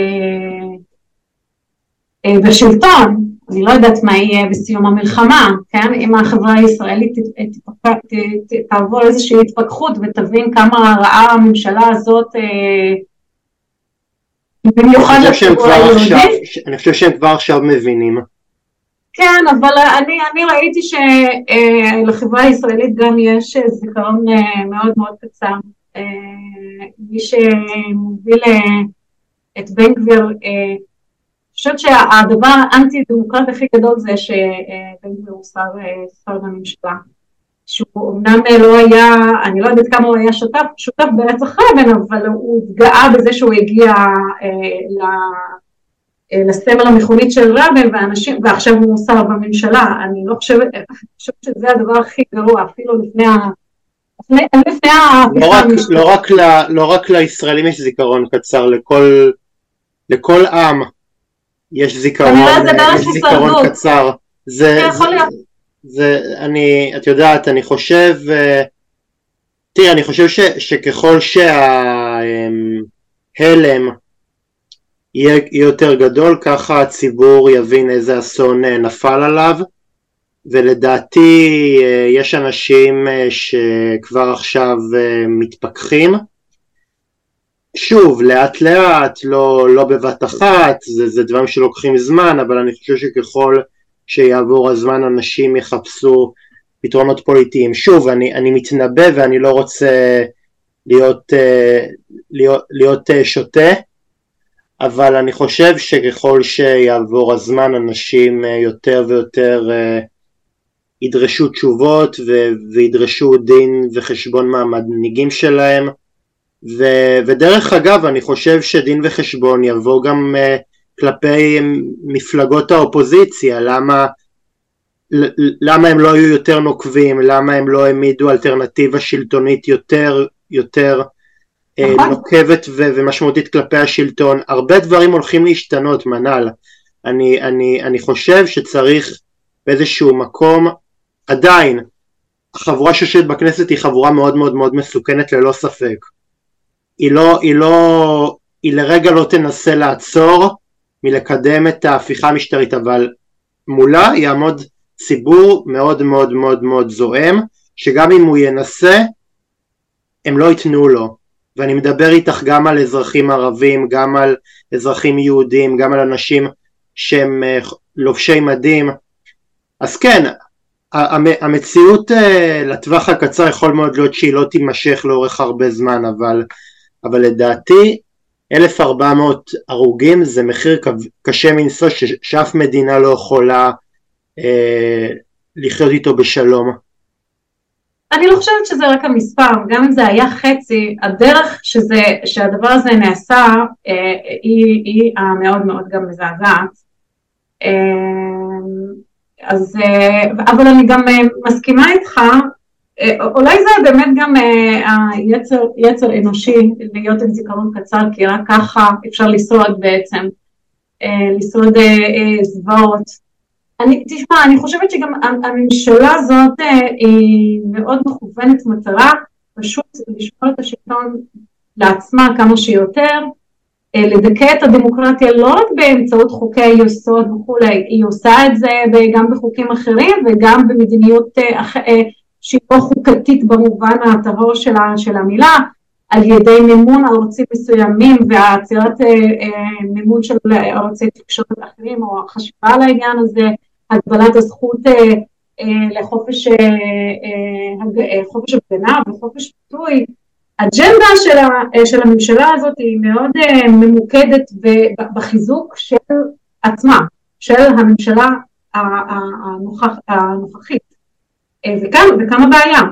אה, בשלטון, אני לא יודעת מה יהיה בסיום המלחמה, כן? אם החברה הישראלית תעבור איזושהי התפכחות ותבין כמה רעה הממשלה הזאת, אה, במיוחד לציבור היהודי. אני חושב שהם כבר עכשיו מבינים. כן, אבל אני, אני ראיתי שלחברה הישראלית גם יש זיכרון מאוד מאוד קצר. מי שמוביל את בן גביר, אני חושבת שהדבר האנטי-דמוקרט הכי גדול זה שבן גביר הוא שר, שר בממשלה. שהוא אמנם לא היה, אני לא יודעת כמה הוא היה שותף, שותף ברצח רבין, אבל הוא התגאה בזה שהוא הגיע ל... לסמל המכונית של רבין, ואנשים, ועכשיו הוא שר בממשלה. אני לא חושבת, אני חושבת שזה הדבר הכי גרוע, אפילו לפני לפני ההפיכה המשפטית. לא רק, לא, לא רק לישראלים יש זיכרון קצר, לכל, לכל עם יש זיכרון, יש זיכרון קצר. זה, זה, זה, אני, את יודעת, אני חושב, תראי, אני חושב ש, שככל שההלם יהיה יותר גדול, ככה הציבור יבין איזה אסון נפל עליו, ולדעתי יש אנשים שכבר עכשיו מתפכחים, שוב, לאט לאט, לא, לא בבת אחת, זה, זה דברים שלוקחים זמן, אבל אני חושב שככל שיעבור הזמן אנשים יחפשו פתרונות פוליטיים. שוב, אני, אני מתנבא ואני לא רוצה להיות, להיות, להיות שוטה, אבל אני חושב שככל שיעבור הזמן אנשים יותר ויותר ידרשו תשובות וידרשו דין וחשבון מהמנהיגים שלהם, ו- ודרך אגב אני חושב שדין וחשבון יבוא גם uh, כלפי מפלגות האופוזיציה, למה, למה הם לא היו יותר נוקבים, למה הם לא העמידו אלטרנטיבה שלטונית יותר, יותר uh, נוקבת ו- ומשמעותית כלפי השלטון. הרבה דברים הולכים להשתנות, מנהל. אני, אני, אני חושב שצריך באיזשהו מקום, עדיין החבורה שיושבת בכנסת היא חבורה מאוד מאוד מאוד מסוכנת ללא ספק, היא לא, היא לא, היא לרגע לא תנסה לעצור מלקדם את ההפיכה המשטרית, אבל מולה יעמוד ציבור מאוד מאוד מאוד מאוד זועם, שגם אם הוא ינסה, הם לא יתנו לו. ואני מדבר איתך גם על אזרחים ערבים, גם על אזרחים יהודים, גם על אנשים שהם לובשי מדים. אז כן, המציאות לטווח הקצר יכול מאוד להיות שהיא לא תימשך לאורך הרבה זמן, אבל אבל לדעתי אלף וארבע מאות הרוגים זה מחיר קשה מנשוא שאף מדינה לא יכולה אה, לחיות איתו בשלום. אני לא חושבת שזה רק המספר, גם אם זה היה חצי, הדרך שזה, שהדבר הזה נעשה אה, היא, היא מאוד מאוד גם מזעזעת. אה, אז, אה, אבל אני גם אה, מסכימה איתך, אולי זה באמת גם היצר, יצר אנושי להיות עם זיכרון קצר, כי רק ככה אפשר לשרוד בעצם, לשרוד זוועות. אני, תשמע, אני חושבת שגם הממשלה הזאת היא מאוד מכוונת מטרה, פשוט לשמור את השלטון לעצמה כמה שיותר, לדכא את הדמוקרטיה לא רק באמצעות חוקי יסוד וכולי, היא עושה את זה גם בחוקים אחרים וגם במדיניות אחרת, שהיא לא חוקתית במובן הטהור של, של המילה, על ידי מימון ערוצים מסוימים והעצירת אה, אה, מימון של ערוצי תקשורת אחרים, או חשיבה על העניין הזה, הגבלת הזכות אה, אה, לחופש אה, אה, חופש הפגנה וחופש ביטוי. האג'נדה של, ה, של הממשלה הזאת היא מאוד אה, ממוקדת בחיזוק של עצמה, של הממשלה הנוכח, הנוכחית. וכאן, וכמה בעיה.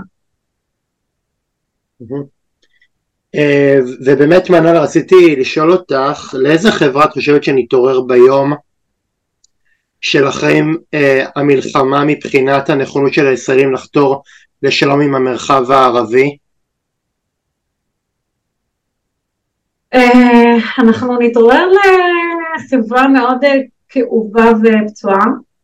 ובאמת מנהל, רציתי לשאול אותך, לאיזה חברה את חושבת שנתעורר ביום של החיים המלחמה מבחינת הנכונות של הישראלים לחתור לשלום עם המרחב הערבי? אנחנו נתעורר לחברה מאוד כאובה ופצועה.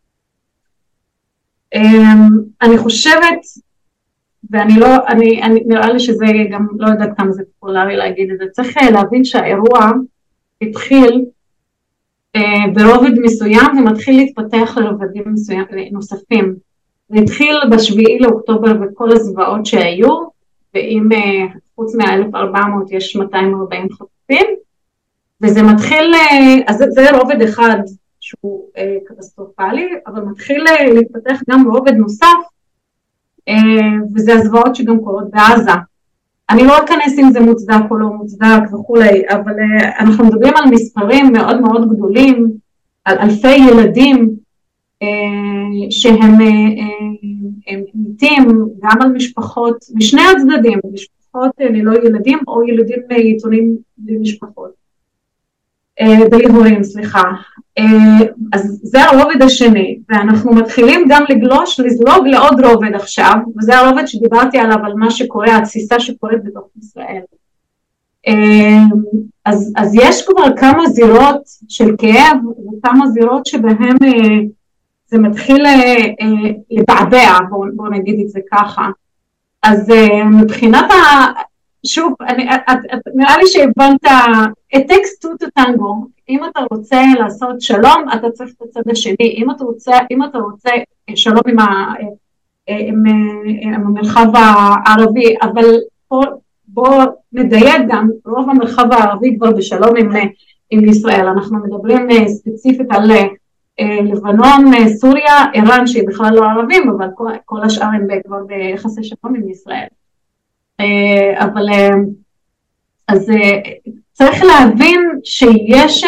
אני חושבת, ואני לא, אני, אני, נראה לי שזה גם, לא יודעת כמה זה פופולרי להגיד את זה, צריך להבין שהאירוע התחיל ברובד מסוים ומתחיל להתפתח לרובדים מסוים, נוספים. זה התחיל בשביעי לאוקטובר וכל הזוועות שהיו, ואם חוץ מה-אלף וארבע מאות יש מאתיים וארבעים חטופים, וזה מתחיל, אז זה, זה רובד אחד, שהוא אה, קטסטרופלי, אבל מתחיל אה, להתפתח גם ברובד נוסף, אה, וזה הזוועות שגם קורות בעזה. אני לא אכנס אם זה מוצדק או לא מוצדק וכולי, אבל אה, אנחנו מדברים על מספרים מאוד מאוד גדולים, על אלפי ילדים אה, שהם אה, אה, מתים, גם על משפחות, משני הצדדים, משפחות אה, ללא ילדים או ילדים יתומים למשפחות. בלי הורים, סליחה. אז זה הרובד השני, ואנחנו מתחילים גם לגלוש, לזלוג לעוד רובד עכשיו, וזה הרובד שדיברתי עליו, על מה שקורה, התסיסה שקורית בתוך ישראל. אז, אז יש כבר כמה זירות של כאב, וכמה זירות שבהם זה מתחיל לבעבע, בואו בוא נגיד את זה ככה. אז מבחינת ה... שוב, אני, את, את, נראה לי שהבנת, it takes two to tango, אם אתה רוצה לעשות שלום, אתה צריך את הצד השני, אם אתה רוצה, אם אתה רוצה שלום עם, ה, עם, עם המרחב הערבי, אבל בוא, בוא נדייק גם, רוב המרחב הערבי כבר בשלום עם, עם ישראל, אנחנו מדברים ספציפית על לבנון, סוריה, איראן שהיא בכלל לא ערבים, אבל כל, כל השאר הם כבר ביחסי שלום עם ישראל. אבל אז צריך להבין שיש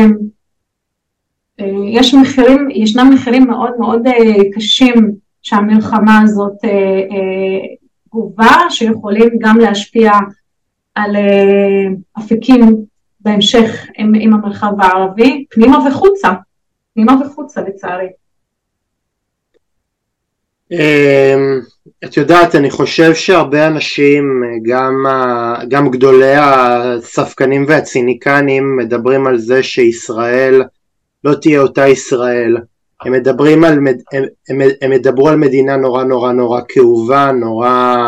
יש מחירים, ישנם מחירים מאוד מאוד קשים שהמלחמה הזאת גובה, שיכולים גם להשפיע על אפיקים בהמשך עם, עם המרחב הערבי, פנימה וחוצה, פנימה וחוצה לצערי. את יודעת, אני חושב שהרבה אנשים, גם, גם גדולי הספקנים והציניקנים, מדברים על זה שישראל לא תהיה אותה ישראל. הם מדברים על, הם, הם, הם מדברו על מדינה נורא נורא נורא כאובה, נורא,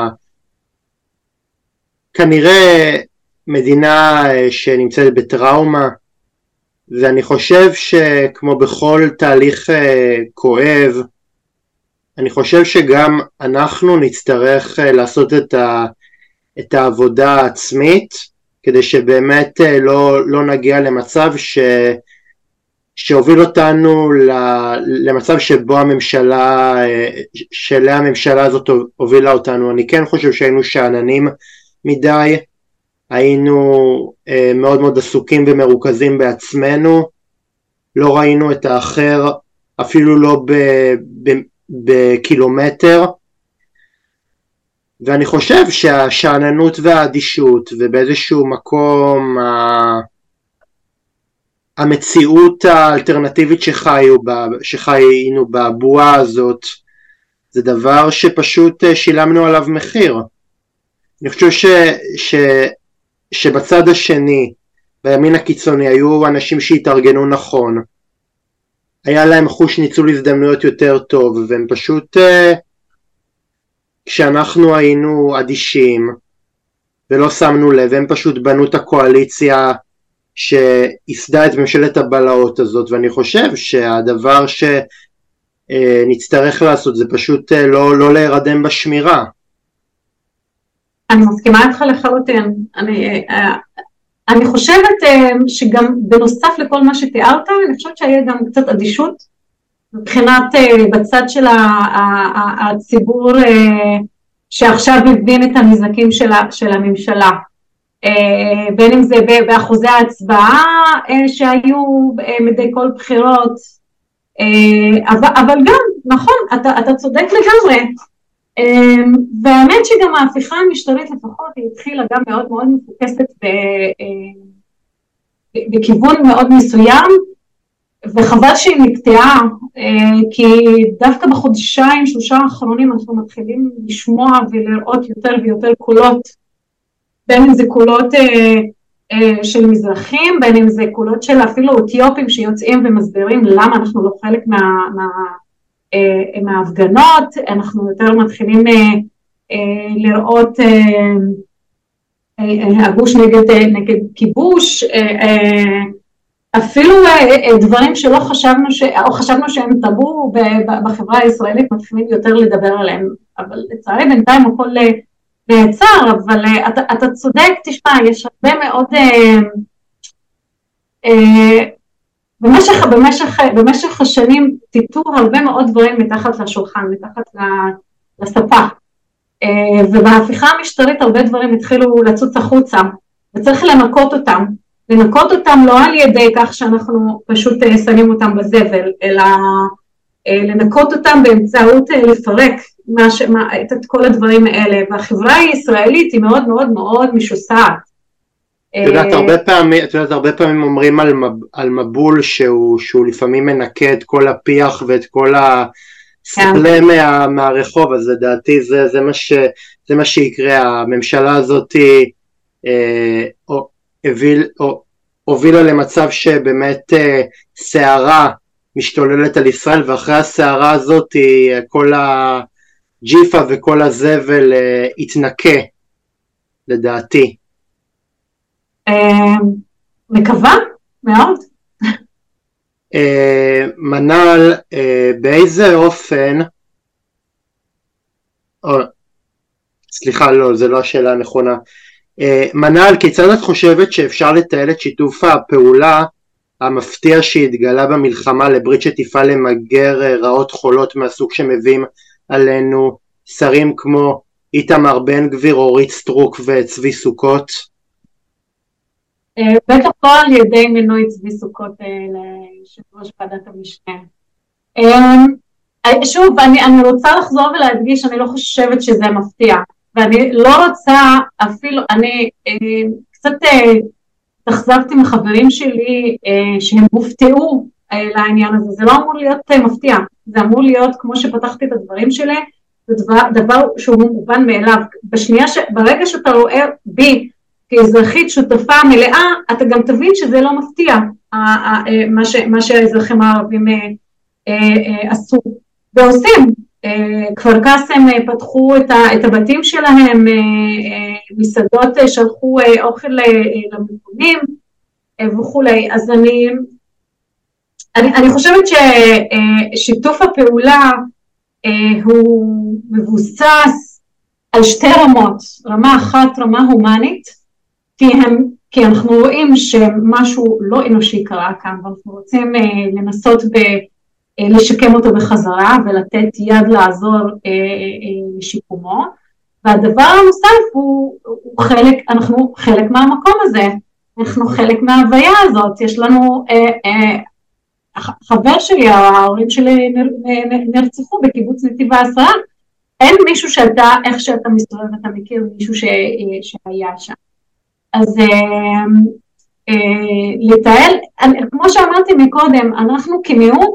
כנראה מדינה שנמצאת בטראומה, ואני חושב שכמו בכל תהליך כואב, אני חושב שגם אנחנו נצטרך לעשות את, ה, את העבודה העצמית, כדי שבאמת לא, לא נגיע למצב ש, שהוביל אותנו למצב שבו הממשלה, שאליה הממשלה הזאת הובילה אותנו. אני כן חושב שהיינו שאננים מדי, היינו מאוד מאוד עסוקים ומרוכזים בעצמנו, לא ראינו את האחר, אפילו לא ב... ב בקילומטר, ואני חושב שהשאננות והאדישות ובאיזשהו מקום המציאות האלטרנטיבית שחיו בה, שחיינו בבועה הזאת, זה דבר שפשוט שילמנו עליו מחיר. אני חושב ש, ש, שבצד השני, בימין הקיצוני, היו אנשים שהתארגנו נכון, היה להם חוש ניצול הזדמנויות יותר טוב, והם פשוט, כשאנחנו היינו אדישים, ולא שמנו לב, הם פשוט בנו את הקואליציה, שהסדה את ממשלת הבלעות הזאת, ואני חושב שהדבר שנצטרך לעשות, זה פשוט לא, לא להירדם בשמירה. אני מסכימה איתך לחלוטין, אני... אני חושבת שגם בנוסף לכל מה שתיארת, אני חושבת שהיה גם קצת אדישות, מבחינת בצד של הציבור שעכשיו מבין את הנזקים של הממשלה, בין אם זה באחוזי ההצבעה שהיו מדי כל בחירות, אבל גם, נכון, אתה, אתה צודק לגמרי, והאמת שגם ההפיכה המשטרית לפחות היא התחילה גם מאוד מאוד מפוקסת בכיוון מאוד מסוים, וחבל שהיא נקטעה, כי דווקא בחודשיים שלושה האחרונים אנחנו מתחילים לשמוע ולראות יותר ויותר קולות, בין אם זה קולות של מזרחים, בין אם זה קולות של אפילו אתיופים שיוצאים ומסבירים למה אנחנו לא חלק מה... מה מההפגנות, אנחנו יותר מתחילים לראות הגוש נגד, נגד כיבוש, אפילו דברים שלא חשבנו, ש... או חשבנו שהם טאבו בחברה הישראלית, מתחילים יותר לדבר עליהם, אבל לצערי בינתיים הכל נעצר, אבל אתה, אתה צודק, תשמע, יש הרבה מאוד... במשך, במשך, במשך השנים טיטו הרבה מאוד דברים מתחת לשולחן, מתחת לספה, ובהפיכה המשטרית הרבה דברים התחילו לצוץ החוצה, וצריך לנקות אותם, לנקות אותם לא על ידי כך שאנחנו פשוט שמים אותם בזבל, אלא לנקות אותם באמצעות לפרק מה, מה, את כל הדברים האלה, והחברה הישראלית היא מאוד מאוד מאוד משוסעת, את יודעת, הרבה פעמים, את יודעת, הרבה פעמים אומרים על, מב, על מבול שהוא, שהוא לפעמים מנקה את כל הפיח ואת כל הספלה מה, מהרחוב, אז לדעתי זה, זה, מה ש, זה מה שיקרה. הממשלה הזאת אה, או, הביל, או, הובילה למצב שבאמת אה, שערה משתוללת על ישראל, ואחרי השערה הזאת כל הג'יפה וכל הזבל אה, התנקה, לדעתי. מקווה מאוד. מנל, באיזה אופן, סליחה, לא, זה לא השאלה הנכונה. מנל, כיצד את חושבת שאפשר לתעל את שיתוף הפעולה המפתיע שהתגלה במלחמה לברית שתפעל למגר רעות חולות מהסוג שמביאים עלינו שרים כמו איתמר בן גביר, אורית סטרוק וצבי סוכות? בטח לא על ידי מינוי צבי סוכות ליושב ראש ועדת המשנה. שוב, אני, אני רוצה לחזור ולהדגיש, אני לא חושבת שזה מפתיע, ואני לא רוצה אפילו, אני קצת תחזבתי מחברים שלי שהם הופתעו לעניין הזה, זה לא אמור להיות מפתיע, זה אמור להיות, כמו שפתחתי את הדברים שלי, זה דבר, דבר שהוא מובן מאליו. בשנייה ש, ברגע שאתה רואה בי, כאזרחית שותפה מלאה, אתה גם תבין שזה לא מפתיע, מה, ש, מה שהאזרחים הערבים עשו ועושים. כפר קאסם פתחו את, ה, את הבתים שלהם, מסעדות שלחו אוכל למפונים וכולי. אז אני, אני, אני חושבת ששיתוף הפעולה הוא מבוסס על שתי רמות, רמה אחת, רמה הומנית, כי, הם, כי אנחנו רואים שמשהו לא אנושי קרה כאן, ואנחנו רוצים אה, לנסות ב, אה, לשקם אותו בחזרה, ולתת יד לעזור אה, אה, לשיקומו, והדבר הנוסף הוא, הוא חלק, אנחנו חלק מהמקום הזה, אנחנו חלק מההוויה הזאת, יש לנו, אה, אה, חבר שלי, ההורים שלי נר, נרצחו בקיבוץ נתיב העשרה, אין מישהו שאתה, איך שאתה מסתובב, אתה מכיר מישהו ש, שהיה שם. אז אה, אה, לתעל, כמו שאמרתי מקודם, אנחנו כמיעוט,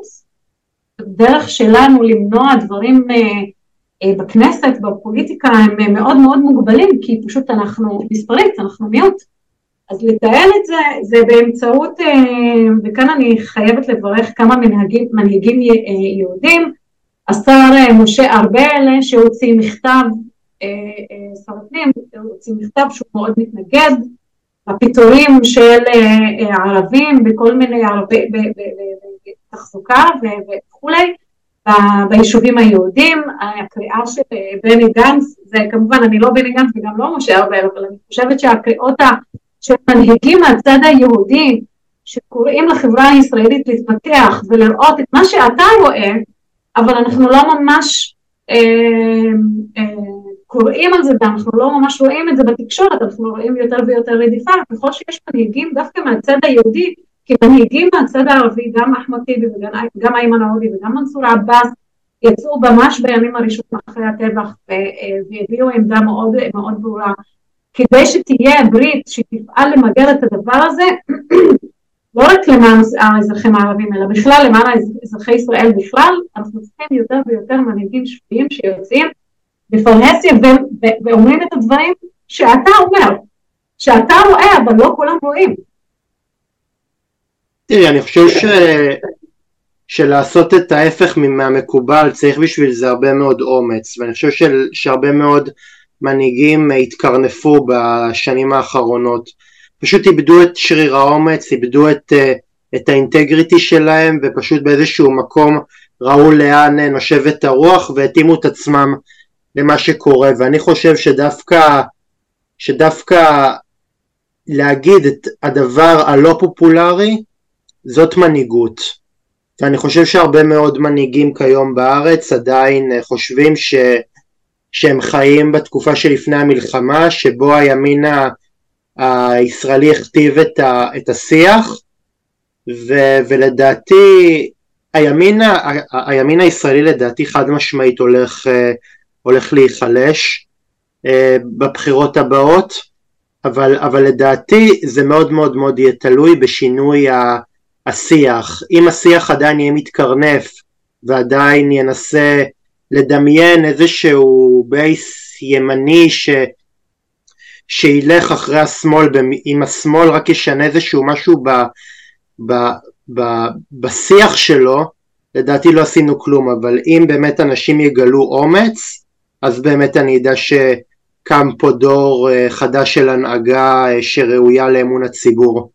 דרך שלנו למנוע דברים אה, אה, בכנסת, בפוליטיקה, הם מאוד מאוד מוגבלים, כי פשוט אנחנו מספרית, אנחנו מיעוט. אז לתעל את זה, זה באמצעות, אה, וכאן אני חייבת לברך כמה מנהגים, מנהיגים יהודים, השר משה ארבל שהוציא מכתב, שר הפנים, הוציא מכתב שהוא מאוד מתנגד, הפיטורים של ערבים בכל מיני ערבי, בתחזוקה וכולי, ביישובים היהודים. הקריאה של בני גנץ, זה כמובן אני לא בני גנץ וגם לא משה ארבל, אבל אני חושבת שהקריאות של מנהיגים מהצד היהודי, שקוראים לחברה הישראלית להתפתח ולראות את מה שאתה רואה, אבל אנחנו לא ממש אה, אה, קוראים על זה, אנחנו לא ממש רואים את זה בתקשורת, אנחנו רואים יותר ויותר רדיפה, ככל שיש מנהיגים דווקא מהצד היהודי, כי מנהיגים מהצד הערבי, גם אחמד טיבי וגם איימן עודה וגם מנסור עבאס, יצאו ממש בימים הראשונים אחרי הטבח, והביאו עמדה מאוד, מאוד ברורה, כדי שתהיה ברית שתפעל למגר את הדבר הזה, לא רק למען האזרחים הערבים, אלא בכלל למען אזרחי ישראל בכלל, אנחנו צריכים יותר ויותר מנהיגים שפויים שיוצאים בפרהסיה ואומרים את הדברים שאתה אומר, שאתה רואה, אבל לא כולם רואים. תראי, אני חושב ש... שלעשות את ההפך מהמקובל צריך בשביל זה הרבה מאוד אומץ, ואני חושב ש... שהרבה מאוד מנהיגים התקרנפו בשנים האחרונות, פשוט איבדו את שריר האומץ, איבדו את, את האינטגריטי שלהם, ופשוט באיזשהו מקום ראו לאן נושבת הרוח, והתאימו את עצמם למה שקורה. ואני חושב שדווקא, שדווקא להגיד את הדבר הלא פופולרי, זאת מנהיגות. ואני חושב שהרבה מאוד מנהיגים כיום בארץ עדיין חושבים ש, שהם חיים בתקופה שלפני המלחמה, שבו הימין ה... הישראלי הכתיב את, ה, את השיח, ו, ולדעתי הימין, ה, הימין הישראלי לדעתי חד משמעית הולך, הולך להיחלש בבחירות הבאות, אבל, אבל לדעתי זה מאוד מאוד מאוד יהיה תלוי בשינוי השיח. אם השיח עדיין יהיה מתקרנף ועדיין ינסה לדמיין איזשהו בייס ימני ש, שילך אחרי השמאל, אם השמאל רק ישנה איזשהו משהו ב, ב, ב, בשיח שלו, לדעתי לא עשינו כלום. אבל אם באמת אנשים יגלו אומץ, אז באמת אני יודע שקם פה דור חדש של הנהגה שראויה לאמון הציבור.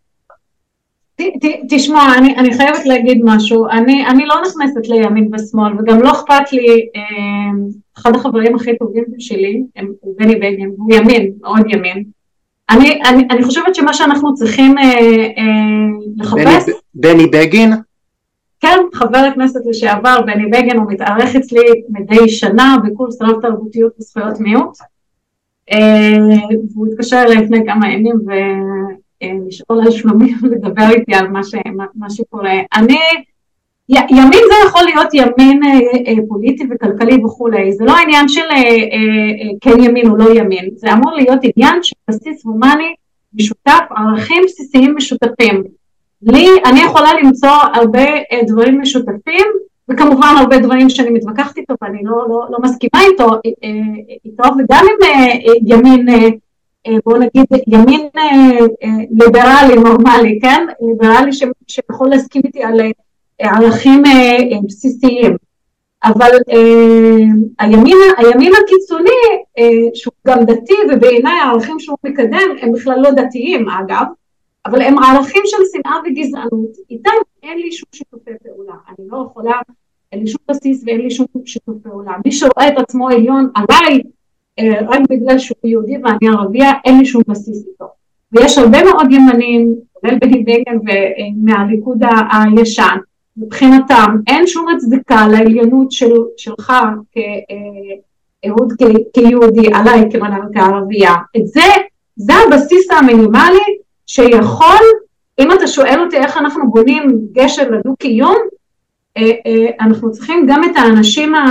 תשמע, אני, אני חייבת להגיד משהו, אני, אני לא נכנסת לימין ושמאל, וגם לא אכפת לי, אחד החברים הכי טובים שלי, הוא בני בגין, הוא ימין, מאוד ימין. אני, אני, אני חושבת שמה שאנחנו צריכים אה, אה, לחפש... בני, בני בגין? כן, חבר הכנסת לשעבר, בני בגין, הוא מתארך אצלי מדי שנה בקורס רב תרבותיות וזכויות מיעוט, אה, והוא התקשר אליי לפני כמה ימים ו... לשאול על שלומי ולדבר איתי על מה, ש, מה, מה שקורה. אני, י, ימין זה יכול להיות ימין אה, אה, פוליטי וכלכלי וכולי, זה לא עניין של אה, אה, כן ימין או לא ימין, זה אמור להיות עניין של בסיס הומני משותף, ערכים בסיסיים משותפים. לי, אני יכולה למצוא הרבה אה, דברים משותפים, וכמובן הרבה דברים שאני מתווכחת איתו ואני לא, לא, לא מסכימה איתו, אה, אה, איתו וגם עם אה, אה, ימין אה, בואו נגיד ימין ליברלי נורמלי, כן? ליברלי שיכול להסכים איתי על ערכים בסיסיים, אבל הימין, הימין הקיצוני שהוא גם דתי ובעיניי הערכים שהוא מקדם הם בכלל לא דתיים אגב, אבל הם ערכים של שנאה וגזענות, איתם אין לי שום שיתופי פעולה, אני לא יכולה, אין לי שום בסיס ואין לי שום שיתופי פעולה, מי שרואה את עצמו עליון עליי, רק בגלל שהוא יהודי ואני ערבייה, אין לי שום בסיס איתו. ויש הרבה מאוד ימנים, כולל בני בגין ומהליכוד הישן, מבחינתם אין שום הצדקה לעליונות של, שלך כאהוד, כיהודי, עליי כערבייה. את זה, זה הבסיס המינימלי שיכול, אם אתה שואל אותי איך אנחנו בונים גשר לדו-קיום, אנחנו צריכים גם את האנשים ה...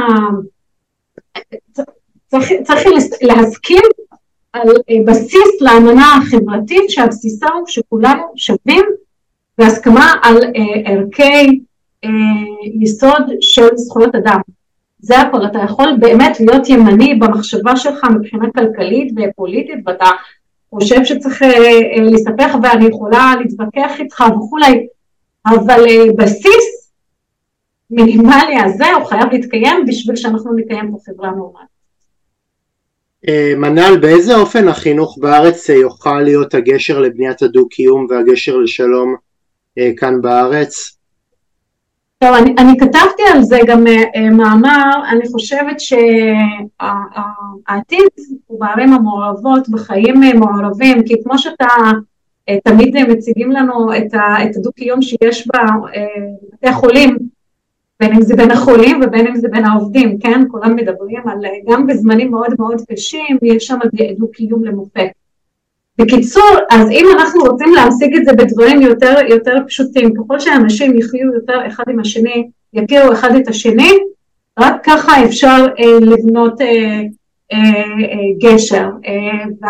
צריך, צריך להסכים על בסיס לאמנה החברתית שהבסיסה הוא שכולנו שווים והסכמה על ערכי יסוד של זכויות אדם. זה הכל, אתה יכול באמת להיות ימני במחשבה שלך מבחינה כלכלית ופוליטית ואתה חושב שצריך לספח ואני יכולה להתווכח איתך וכולי, אבל בסיס מינימלי הזה הוא חייב להתקיים בשביל שאנחנו נקיים פה חברה נורמלית. מנהל, באיזה אופן החינוך בארץ יוכל להיות הגשר לבניית הדו-קיום והגשר לשלום כאן בארץ? טוב, אני, אני כתבתי על זה גם מאמר, אני חושבת שהעתיד הוא בערים המעורבות בחיים מעורבים, כי כמו שאתה תמיד מציגים לנו את, ה, את הדו-קיום שיש בבתי החולים, בין אם זה בין החולים ובין אם זה בין העובדים, כן? כולם מדברים על, גם בזמנים מאוד מאוד קשים, יש שם דו-קיום למופת. בקיצור, אז אם אנחנו רוצים להמשיג את זה בדברים יותר, יותר פשוטים, ככל שאנשים יחיו יותר אחד עם השני, יכירו אחד את השני, רק ככה אפשר אה, לבנות אה, אה, אה, גשר. אה,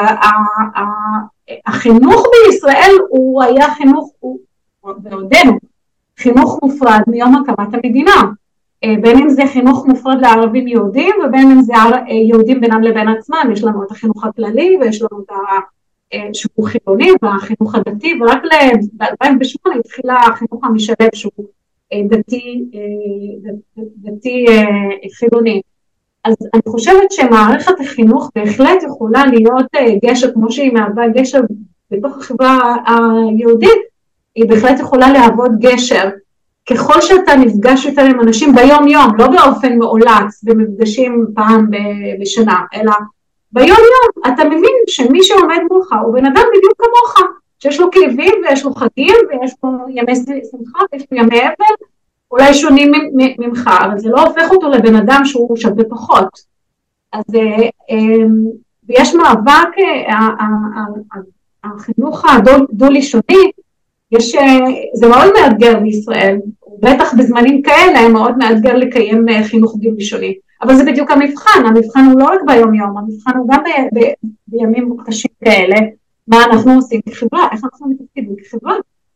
והחינוך בישראל הוא היה חינוך, הוא, ועודנו, חינוך מופרד מיום הקמת המדינה, בין אם זה חינוך מופרד לערבים יהודים ובין אם זה יהודים בינם לבין עצמם, יש לנו את החינוך הכללי ויש לנו את שהוא חילוני והחינוך הדתי, ורק ב-אלפיים ושמונה התחילה החינוך המשלב שהוא דתי, דתי חילוני. אז אני חושבת שמערכת החינוך בהחלט יכולה להיות גשר, כמו שהיא מהווה גשר בתוך החברה היהודית, היא בהחלט יכולה להוות גשר, ככל שאתה נפגש יותר עם אנשים ביום יום, לא באופן מאולץ, במפגשים פעם בשנה, אלא ביום יום, אתה מבין שמי שעומד מולך הוא בן אדם בדיוק כמוך, שיש לו כאבים ויש לו חגים ויש לו ימי שמחה ויש לו ימי אבל, אולי שונים ממך, אבל זה לא הופך אותו לבן אדם שהוא שווה פחות. אז יש מאבק, החינוך הדו-לשוני, יש, זה מאוד מאתגר בישראל, בטח בזמנים כאלה מאוד מאתגר לקיים חינוך דו-לשוני, אבל זה בדיוק המבחן, המבחן הוא לא רק ביום יום, המבחן הוא גם ב, ב, בימים קשים כאלה, מה אנחנו עושים כחברה, איך אנחנו מתפקידים כחברה.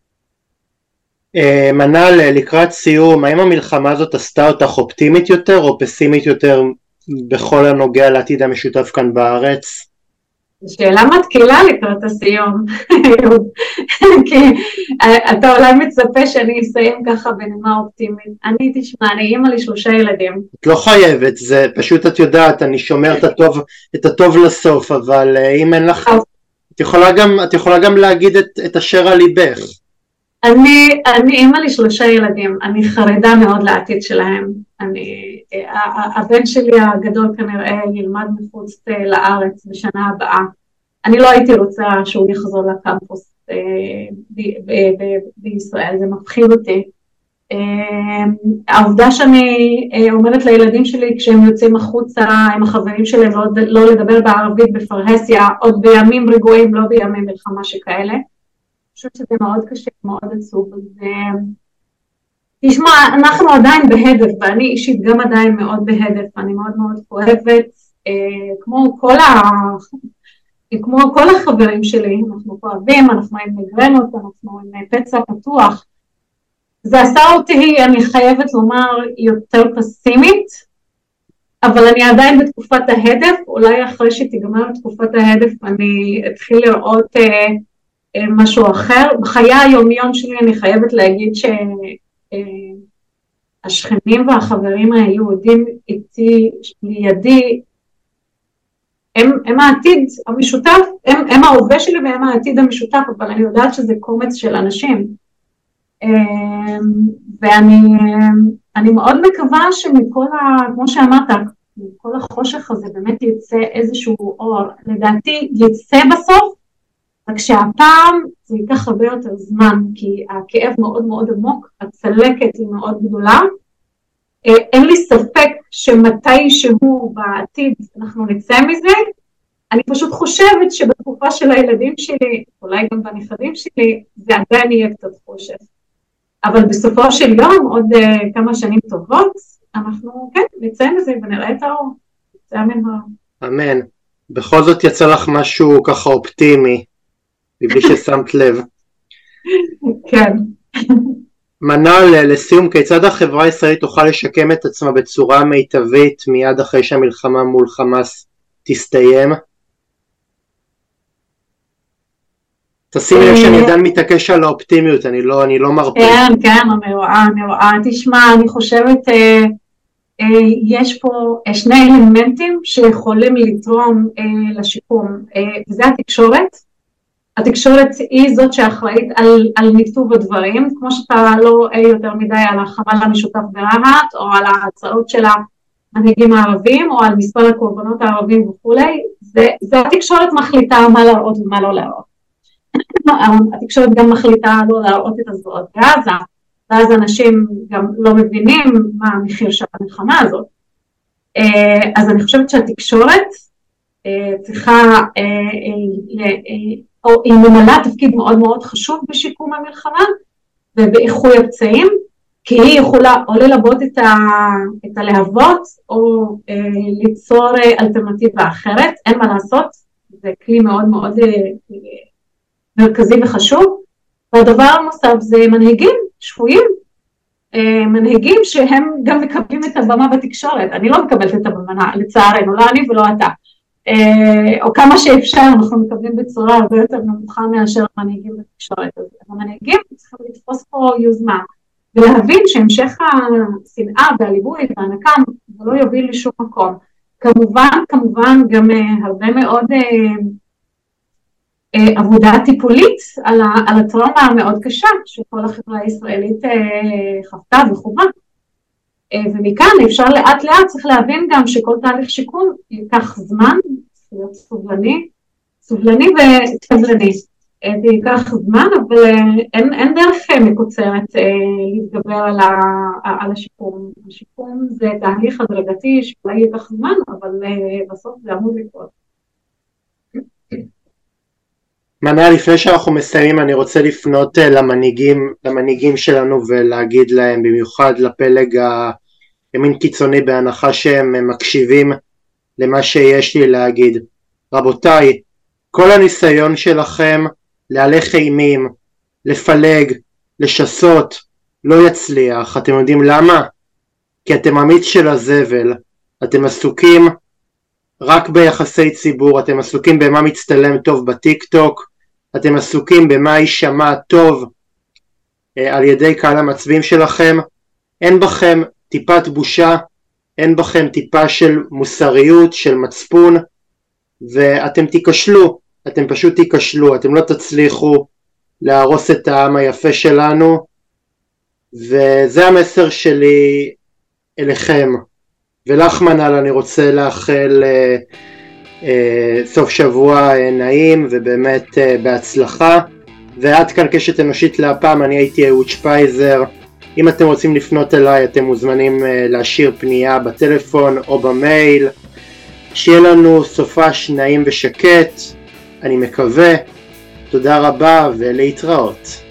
מנהל, לקראת סיום, האם המלחמה הזאת עשתה אותך אופטימית יותר או פסימית יותר בכל הנוגע לעתיד המשותף כאן בארץ? שאלה מתקילה לקראת הסיום, כי אתה אולי מצפה שאני אסיים ככה בנימה אופטימית. אני תשמע, אני אימא לשלושה ילדים. את לא חייבת, זה פשוט את יודעת, אני שומר את הטוב, את הטוב לסוף, אבל אם אין לך, את יכולה גם, את יכולה גם להגיד את, את אשר על ליבך. אני, אני אימא לשלושה ילדים, אני חרדה מאוד לעתיד שלהם. אני, הבן שלי הגדול כנראה ילמד מחוץ לארץ בשנה הבאה. אני לא הייתי רוצה שהוא יחזור לקמפוס בישראל, זה מפחיד אותי. העובדה שאני אומרת לילדים שלי כשהם יוצאים החוצה עם החברים שלהם לא, לא לדבר בערבית בפרהסיה, עוד בימים רגועים, לא בימים מלחמה שכאלה. אני חושבת שזה מאוד קשה, מאוד עצוב. אז תשמע, אנחנו עדיין בהדף, ואני אישית גם עדיין מאוד בהדף, אני מאוד מאוד כואבת, כמו כל, ה... כמו כל החברים שלי, אנחנו כואבים, אנחנו עם מגרנות, אנחנו עם פצע פתוח. זה עשה אותי, אני חייבת לומר, יותר פסימית, אבל אני עדיין בתקופת ההדף, אולי אחרי שתגמר תקופת ההדף, אני אתחיל לראות משהו אחר. בחיי היומיום שלי אני חייבת להגיד שהשכנים והחברים היהודים איתי, לידי, הם, הם העתיד המשותף, הם, הם ההווה שלי והם העתיד המשותף, אבל אני יודעת שזה קומץ של אנשים. ואני אני מאוד מקווה שמכל, ה, כמו שאמרת, מכל החושך הזה באמת יצא איזשהו אור. לדעתי יצא בסוף, רק שהפעם זה ייקח הרבה יותר זמן, כי הכאב מאוד מאוד עמוק, הצלקת היא מאוד גדולה. אין לי ספק שמתי שהוא בעתיד אנחנו נצא מזה. אני פשוט חושבת שבתקופה של הילדים שלי, אולי גם בנכדים שלי, זה עדיין יהיה קצת חושך. אבל בסופו של יום, עוד uh, כמה שנים טובות, אנחנו כן, נצא מזה ונראה את האור. זה אמן. אמן. בכל זאת יצא לך משהו ככה אופטימי, מבלי ששמת לב. כן. מנהל, לסיום, כיצד החברה הישראלית תוכל לשקם את עצמה בצורה מיטבית מיד אחרי שהמלחמה מול חמאס תסתיים? תשימי לב שאני עדיין מתעקש על האופטימיות, אני לא, אני לא מרפא. כן, כן, אני רואה, אני רואה. תשמע, אני חושבת, אה, אה, יש פה שני אלמנטים שיכולים לתרום אה, לשיקום, אה, וזה התקשורת. התקשורת היא זאת שאחראית על, על ניתוב הדברים, כמו שאתה לא רואה יותר מדי על החמ"ל המשותף ברהט, או על ההצעות של המנהיגים הערבים, או על מספר הקורבנות הערבים וכולי, זה, זה התקשורת מחליטה מה להראות ומה לא להראות. התקשורת גם מחליטה לא להראות את הזרועות בעזה, ואז אנשים גם לא מבינים מה המחיר של המלחמה הזאת. אז אני חושבת שהתקשורת צריכה, או היא ממלאה תפקיד מאוד מאוד חשוב בשיקום המלחמה, ובאיחוי הפצעים, כי היא יכולה או ללוות את, ה, את הלהבות, או אה, ליצור אלטרנטיבה אחרת, אין מה לעשות, זה כלי מאוד מאוד אה, מרכזי וחשוב. והדבר הנוסף זה מנהיגים שפויים, אה, מנהיגים שהם גם מקבלים את הבמה בתקשורת, אני לא מקבלת את הבמה, לצערנו, לא אני ולא אתה. או כמה שאפשר, אנחנו מקבלים בצורה הרבה יותר נמוכה מאשר המנהיגים בתקשורת. אז המנהיגים צריכים לתפוס פה יוזמה, ולהבין שהמשך השנאה והליבוי והנקם, זה לא יוביל לשום מקום. כמובן, כמובן, גם הרבה מאוד עבודה טיפולית על, על הטראומה המאוד קשה, שכל החברה הישראלית חוותה וחובה. ומכאן אפשר לאט לאט, צריך להבין גם שכל תהליך שיקום ייקח זמן, להיות סובלני, סובלני וסבלני. זה ייקח זמן, אבל אין, אין דרך מקוצרת להתגבר על, ה, על השיקום. השיקום זה תהליך הדרגתי שאולי ייקח זמן, אבל בסוף זה אמור לקרות. מנהל, לפני שאנחנו מסיימים, אני רוצה לפנות למנהיגים, למנהיגים שלנו ולהגיד להם, במיוחד לפלג הימין קיצוני, בהנחה שהם מקשיבים למה שיש לי להגיד. רבותיי, כל הניסיון שלכם להלך אימים, לפלג, לשסות, לא יצליח. אתם יודעים למה? כי אתם המיץ של הזבל. אתם עסוקים רק ביחסי ציבור, אתם עסוקים במה מצטלם טוב בטיק טוק, אתם עסוקים במה יישמע טוב אה, על ידי קהל המצביעים שלכם. אין בכם טיפת בושה, אין בכם טיפה של מוסריות, של מצפון, ואתם תיכשלו, אתם פשוט תיכשלו, אתם לא תצליחו להרוס את העם היפה שלנו, וזה המסר שלי אליכם. ולך מנהל, אני רוצה לאחל אה, אה, סוף שבוע אה, נעים ובאמת אה, בהצלחה. ועד כאן קשת אנושית להפעם, אני הייתי אהוד שפייזר. אם אתם רוצים לפנות אליי אתם מוזמנים אה, להשאיר פנייה בטלפון או במייל. שיהיה לנו סופש נעים ושקט, אני מקווה. תודה רבה ולהתראות.